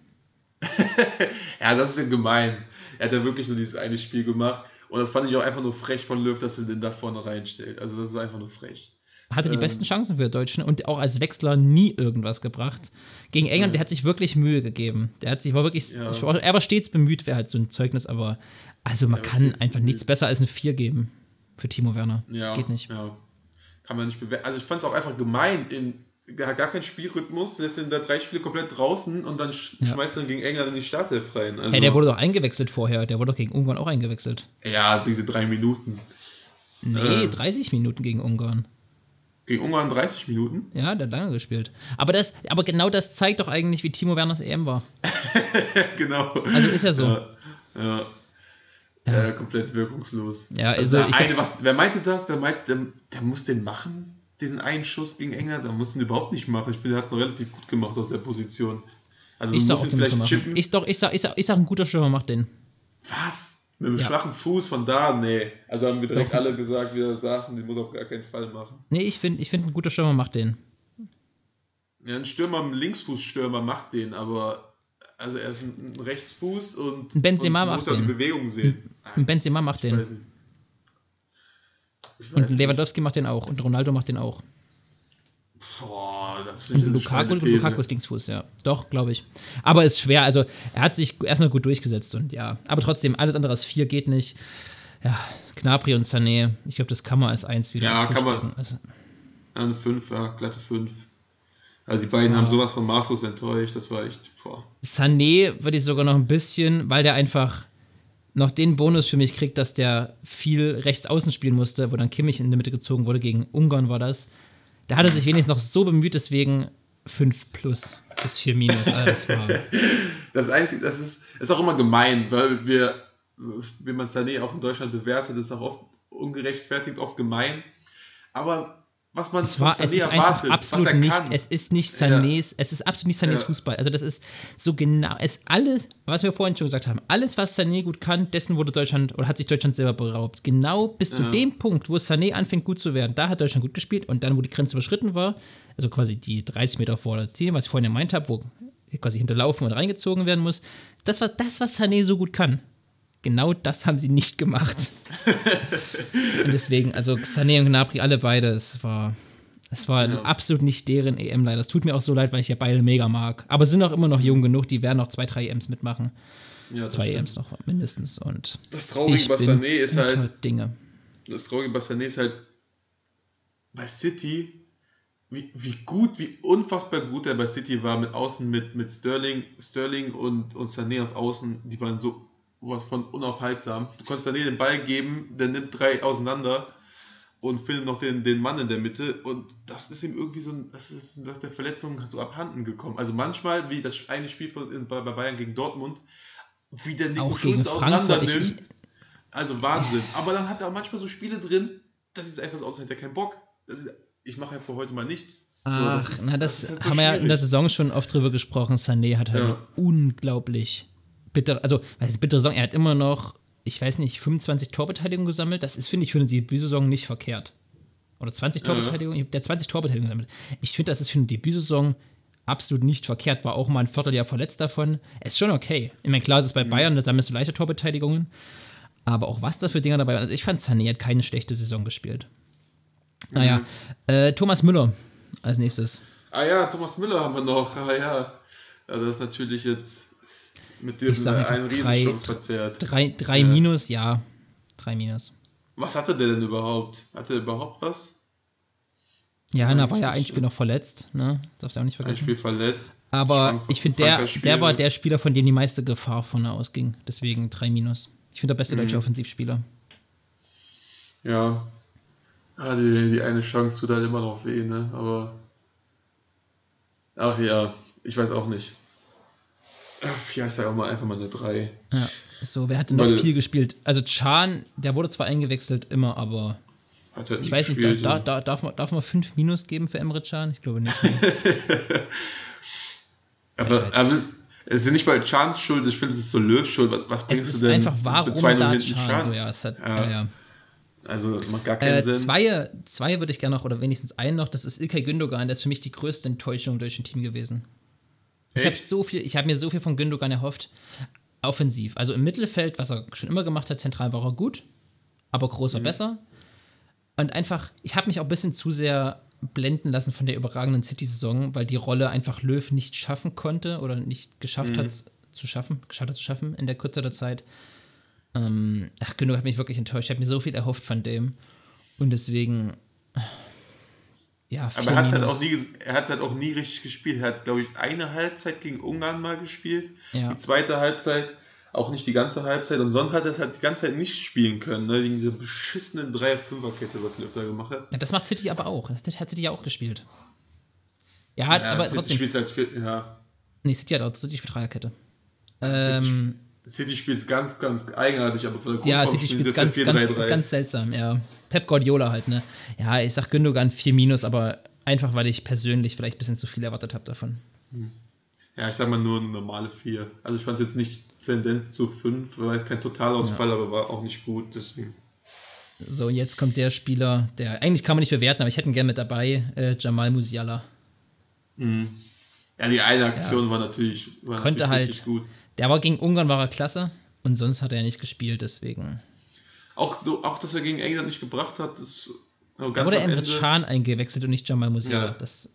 Ja, das ist ja gemein. Er hat ja wirklich nur dieses eine Spiel gemacht und das fand ich auch einfach nur frech von Löw, dass er den da vorne reinstellt. Also das ist einfach nur frech. Hatte die besten Chancen für Deutschen und auch als Wechsler nie irgendwas gebracht. Gegen England, der hat sich wirklich Mühe gegeben. Er war stets bemüht, wäre halt so ein Zeugnis, aber also man kann einfach nichts besser als eine 4 geben für Timo Werner. Das geht nicht. Ja. Kann man nicht bewerten. Also ich fand es auch einfach gemein, gar keinen Spielrhythmus, lässt ihn da 3 Spiele komplett draußen und dann schmeißt er ihn gegen England in die Startelf rein. Also, der wurde doch eingewechselt vorher, der wurde doch gegen Ungarn auch eingewechselt. Ja, diese 3 Minuten. Nee, 30 Minuten gegen Ungarn. Gegen Ungarn 30 Minuten? Ja, der hat lange gespielt. Aber genau das zeigt doch eigentlich, wie Timo Werners EM war. Genau. Also ist ja so. Ja, komplett wirkungslos. Ja, also wer meinte das? Der muss den machen, diesen einen Schuss gegen England. Der muss den überhaupt nicht machen. Ich finde, er hat es noch relativ gut gemacht aus der Position. Also ich muss ihn vielleicht chippen. Ich sag, ein guter Stürmer macht den. Was? Mit einem schwachen Fuß von da? Nee. Also haben wir direkt alle gesagt, wir saßen, den muss auf gar keinen Fall machen. Nee, ich find, ein guter Stürmer macht den. Ja, ein Stürmer, ein Linksfußstürmer macht den, aber also er ist ein Rechtsfuß und ein Benzema und macht muss den. Die Bewegung sehen. Ein Benzema macht den. Und Lewandowski macht den auch. Und Ronaldo macht den auch. Boah, das finde ich Lukaku ist Linksfuß, ja. Doch, glaube ich. Aber ist schwer. Also, er hat sich erstmal gut durchgesetzt und ja. Aber trotzdem, alles andere als 4 geht nicht. Ja, Gnabry und Sané, ich glaube, das kann man als 1 wieder. Ja, kann man. Also, eine 5, ja, glatte 5. Also, die beiden haben sowas von maßlos enttäuscht. Das war echt, boah. Sané würde ich sogar noch ein bisschen, weil der einfach noch den Bonus für mich kriegt, dass der viel rechts außen spielen musste, wo dann Kimmich in der Mitte gezogen wurde, gegen Ungarn war das. Da hat er sich wenigstens noch so bemüht, deswegen 5 plus bis 4 minus. Also das war das Einzige, das ist auch immer gemein, weil wie man Sané auch in Deutschland bewertet, ist auch oft ungerechtfertigt, oft gemein. Aber was man von Sané erwartet, absolut was er nicht, kann. es ist nicht Sanés, es ist absolut nicht Sanés Fußball. Also das ist so genau, es alles, was wir vorhin schon gesagt haben, alles, was Sané gut kann, dessen wurde Deutschland, oder hat sich Deutschland selber beraubt. Genau bis zu dem Punkt, wo Sané anfängt gut zu werden, da hat Deutschland gut gespielt und dann, wo die Grenze überschritten war, also quasi die 30 Meter vor der Ziel, was ich vorhin gemeint habe, wo quasi hinterlaufen und reingezogen werden muss, das war das, was Sané so gut kann. Genau das haben sie nicht gemacht. Und deswegen, also Sané und Gnabry, alle beide, es war absolut nicht deren EM leider. Es tut mir auch so leid, weil ich ja beide mega mag. Aber sind auch immer noch jung genug, die werden noch 2, 3 EMs mitmachen. Ja, 2 EMs noch mindestens. Und das Traurige bei Sané ist halt, Dinge. Das Traurige bei Sané ist halt, bei City, wie unfassbar gut er bei City war, mit Außen, mit Sterling und Sané auf Außen, die waren so was von unaufhaltsam. Du konntest Sané den Ball geben, der nimmt 3 auseinander und findet noch den Mann in der Mitte und das ist ihm irgendwie so, das ist nach der Verletzung so abhanden gekommen. Also manchmal, wie das eine Spiel bei Bayern gegen Dortmund, wie der Nico Schulz auseinander nimmt. Also Wahnsinn. Aber dann hat er auch manchmal so Spiele drin, das sieht einfach so aus, als hätte er keinen Bock. Ich mache einfach heute mal nichts. Das halt so haben wir ja in der Saison schon oft drüber gesprochen. Sané hat halt unglaublich bittere Saison. Er hat immer noch, ich weiß nicht, 25 Torbeteiligungen gesammelt. Das ist, finde ich, für eine Debütsaison nicht verkehrt. Oder 20 Torbeteiligungen. Der hat 20 Torbeteiligungen gesammelt. Ich finde, das ist für eine Debütsaison absolut nicht verkehrt. War auch mal ein Vierteljahr verletzt davon. Ist schon okay. Ich meine, klar, es ist bei Bayern, da sammelst du leichte Torbeteiligungen. Aber auch was da für Dinger dabei waren. Also ich fand, Sané hat keine schlechte Saison gespielt. Naja, Thomas Müller als nächstes. Thomas Müller haben wir noch. Das ist natürlich jetzt mit diesem einen Riesenchance verzerrt. 3 minus, ja. 3 minus. Was hatte der denn überhaupt? Hatte er überhaupt was? Ja, da war ja ein Spiel noch verletzt, ne? Darfst du auch nicht vergessen. Ein Spiel verletzt. Aber ich finde, der war der Spieler, von dem die meiste Gefahr vorne ausging. Deswegen 3 minus. Ich finde der beste deutsche Offensivspieler. Ja. Die eine Chance tut halt immer noch weh, ne? Aber. Ach ja, ich weiß auch nicht. Ja, ich sage auch mal einfach mal eine 3. Ja, so, wer hatte noch viel gespielt? Also Can, der wurde zwar eingewechselt immer, aber hat halt ich weiß nicht, darf man 5 Minus geben für Emre Can? Ich glaube nicht. aber es ist ja nicht mal Cans Schuld, ich finde, es ist so Löws Schuld. Was bringst du denn? Es ist einfach, warum da Can? So, ja, es hat, ja. Also macht gar keinen Sinn. Zwei würde ich gerne noch, oder wenigstens einen noch, das ist İlkay Gündoğan, der ist für mich die größte Enttäuschung durch ein Team gewesen. Ich habe mir so viel von Gündoğan erhofft, offensiv. Also im Mittelfeld, was er schon immer gemacht hat, zentral war er gut, aber groß war besser. Und einfach, ich habe mich auch ein bisschen zu sehr blenden lassen von der überragenden City-Saison, weil die Rolle einfach Löw nicht schaffen konnte oder nicht geschafft hat zu schaffen in der Kürze der Zeit. Gündoğan hat mich wirklich enttäuscht. Ich habe mir so viel erhofft von dem. Und deswegen, ja, aber er hat es halt auch nie richtig gespielt. Er hat es, glaube ich, eine Halbzeit gegen Ungarn mal gespielt. Ja. Die zweite Halbzeit, auch nicht die ganze Halbzeit. Und sonst hat er es halt die ganze Zeit nicht spielen können, ne? Wegen dieser beschissenen 3-5er-Kette, was Löw da gemacht hat. Ja, das macht City aber auch. Das hat City ja auch gespielt. Ja, aber City trotzdem. Spielt als Nee, City hat auch City spielt Dreierkette. City spielt es ganz, ganz eigenartig, aber von der Grundform ja, City spielt es ganz seltsam, ja. Pep Guardiola halt, ne. Ja, ich sag Gündoğan 4 minus, aber einfach, weil ich persönlich vielleicht ein bisschen zu viel erwartet habe davon. Ja, ich sag mal nur eine normale 4. Also ich fand es jetzt nicht Tendenz zu 5, war kein Totalausfall, aber war auch nicht gut, deswegen. So, jetzt kommt der Spieler, der, eigentlich kann man nicht bewerten, aber ich hätte ihn gerne mit dabei, Jamal Musiala. Mhm. Ja, die eine Aktion war natürlich richtig gut. Der war gegen Ungarn war er klasse und sonst hat er nicht gespielt, deswegen. Auch dass er gegen England nicht gebracht hat, das ganz da wurde Emre Can eingewechselt und nicht Jamal Musiala. Das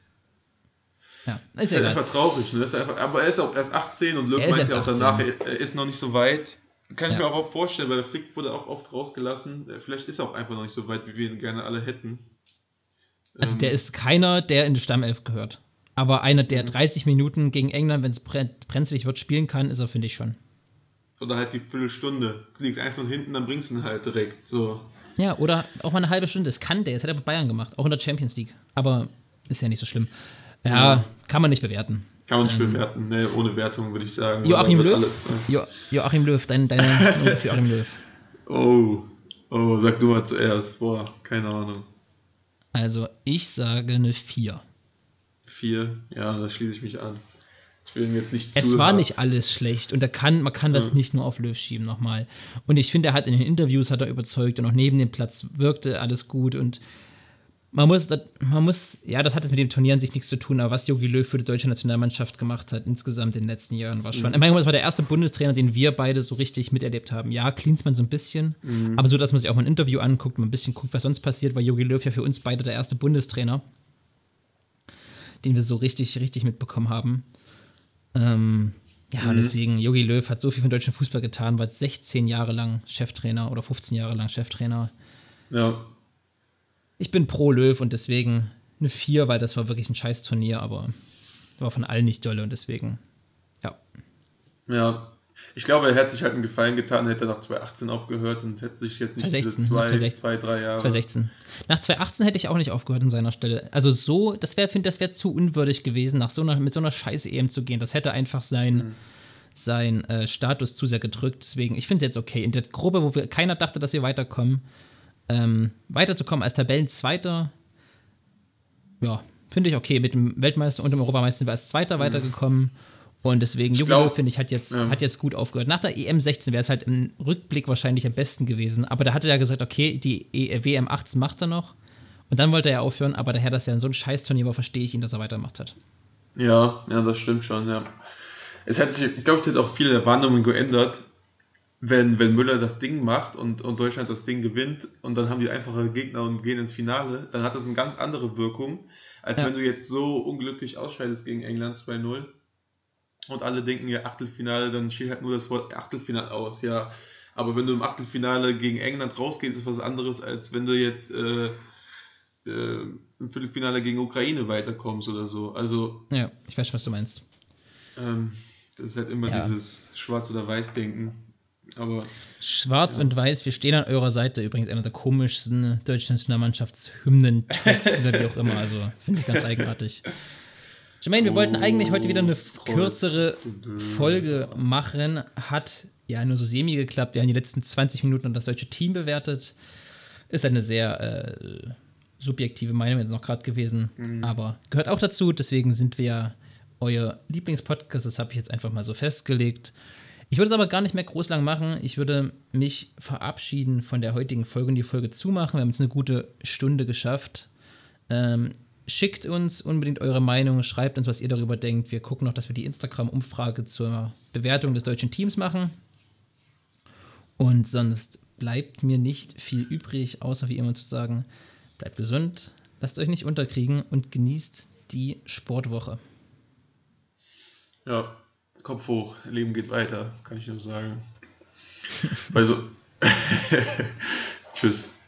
ist halt einfach traurig. Ne? Aber er ist auch erst 18 und Löw meint ja auch danach, er ist noch nicht so weit. Kann ich mir auch vorstellen, weil der Flick wurde auch oft rausgelassen. Vielleicht ist er auch einfach noch nicht so weit, wie wir ihn gerne alle hätten. Also der ist keiner, der in die Stammelf gehört. Aber einer, der 30 Minuten gegen England, wenn es brenzlig wird, spielen kann, ist er, finde ich, schon. Oder halt die Viertelstunde. Du liegst 1 und hinten, dann bringst du ihn halt direkt. So. Ja, oder auch mal eine halbe Stunde. Das kann der. Das hat er bei Bayern gemacht. Auch in der Champions League. Aber ist ja nicht so schlimm. Ja, kann man nicht bewerten. Kann man nicht bewerten. Nee, ohne Wertung würde ich sagen. Joachim Löw? Joachim Löw, deine Note für Joachim Löw. Oh, sag du mal zuerst. Boah, keine Ahnung. Also, ich sage eine 4. 4? Ja, da schließe ich mich an. Ich will ihm jetzt nicht Es war nicht alles schlecht und man kann das nicht nur auf Löw schieben nochmal. Und ich finde, er hat in den Interviews überzeugt und auch neben dem Platz wirkte alles gut und man muss, ja, das hat jetzt mit dem Turnier an sich nichts zu tun, aber was Jogi Löw für die deutsche Nationalmannschaft gemacht hat insgesamt in den letzten Jahren war schon. Ich meine, das war der erste Bundestrainer, den wir beide so richtig miterlebt haben. Ja, Klinsmann so ein bisschen, aber so, dass man sich auch mal ein Interview anguckt und ein bisschen guckt, was sonst passiert, war Jogi Löw ja für uns beide der erste Bundestrainer, den wir so richtig mitbekommen haben. Deswegen, Jogi Löw hat so viel für den deutschen Fußball getan, war 16 Jahre lang Cheftrainer oder 15 Jahre lang Cheftrainer. Ja. Ich bin pro Löw und deswegen eine 4, weil das war wirklich ein scheiß Turnier, aber war von allen nicht dolle und deswegen, ja. Ja, ich glaube, er hätte sich halt einen Gefallen getan, hätte er nach 2018 aufgehört und hätte sich jetzt nicht 2016, diese 2-3 Jahre... 2016. Nach 2018 hätte ich auch nicht aufgehört an seiner Stelle. Also so, das wäre zu unwürdig gewesen, mit so einer scheiß EM zu gehen. Das hätte einfach sein Status zu sehr gedrückt. Deswegen, ich finde es jetzt okay. In der Gruppe, wo keiner dachte, dass wir weiterkommen, weiterzukommen als Tabellenzweiter, ja, finde ich okay. Mit dem Weltmeister und dem Europameister sind wir als Zweiter weitergekommen. Und deswegen, Jogi Löw, finde ich, hat jetzt gut aufgehört. Nach der EM 16 wäre es halt im Rückblick wahrscheinlich am besten gewesen. Aber da hat er ja gesagt, okay, die WM 18 macht er noch. Und dann wollte er ja aufhören. Aber daher, dass er in so ein Scheiß-Turnier war, verstehe ich ihn, dass er weitergemacht hat. Ja, das stimmt schon, ja. Es hat sich, glaube ich, hat auch viele Erwartungen geändert, wenn Müller das Ding macht und Deutschland das Ding gewinnt und dann haben die einfache Gegner und gehen ins Finale, dann hat das eine ganz andere Wirkung, als wenn du jetzt so unglücklich ausscheidest gegen England 2-0 und alle denken, ja, Achtelfinale, dann steht halt nur das Wort Achtelfinale aus, ja. Aber wenn du im Achtelfinale gegen England rausgehst, ist was anderes, als wenn du jetzt im Viertelfinale gegen Ukraine weiterkommst oder so. Also, ja, ich weiß schon, was du meinst. Das ist halt immer dieses Schwarz- oder Weiß-Denken. Aber, Schwarz und Weiß, wir stehen an eurer Seite. Übrigens einer der komischsten deutschen Nationalmannschaftshymnen-Text oder wie auch immer. Also finde ich ganz eigenartig. Jermaine, wir wollten eigentlich heute wieder eine kürzere Folge machen. Hat ja nur so semi geklappt. Wir haben die letzten 20 Minuten das deutsche Team bewertet. Ist eine sehr subjektive Meinung jetzt noch gerade gewesen. Aber gehört auch dazu. Deswegen sind wir ja euer Lieblingspodcast. Das habe ich jetzt einfach mal so festgelegt. Ich würde es aber gar nicht mehr groß lang machen. Ich würde mich verabschieden von der heutigen Folge und die Folge zumachen. Wir haben jetzt eine gute Stunde geschafft. Schickt uns unbedingt eure Meinung, schreibt uns, was ihr darüber denkt. Wir gucken noch, dass wir die Instagram-Umfrage zur Bewertung des deutschen Teams machen. Und sonst bleibt mir nicht viel übrig, außer wie immer zu sagen, bleibt gesund, lasst euch nicht unterkriegen und genießt die Sportwoche. Ja. Kopf hoch, Leben geht weiter, kann ich nur sagen. Also, tschüss.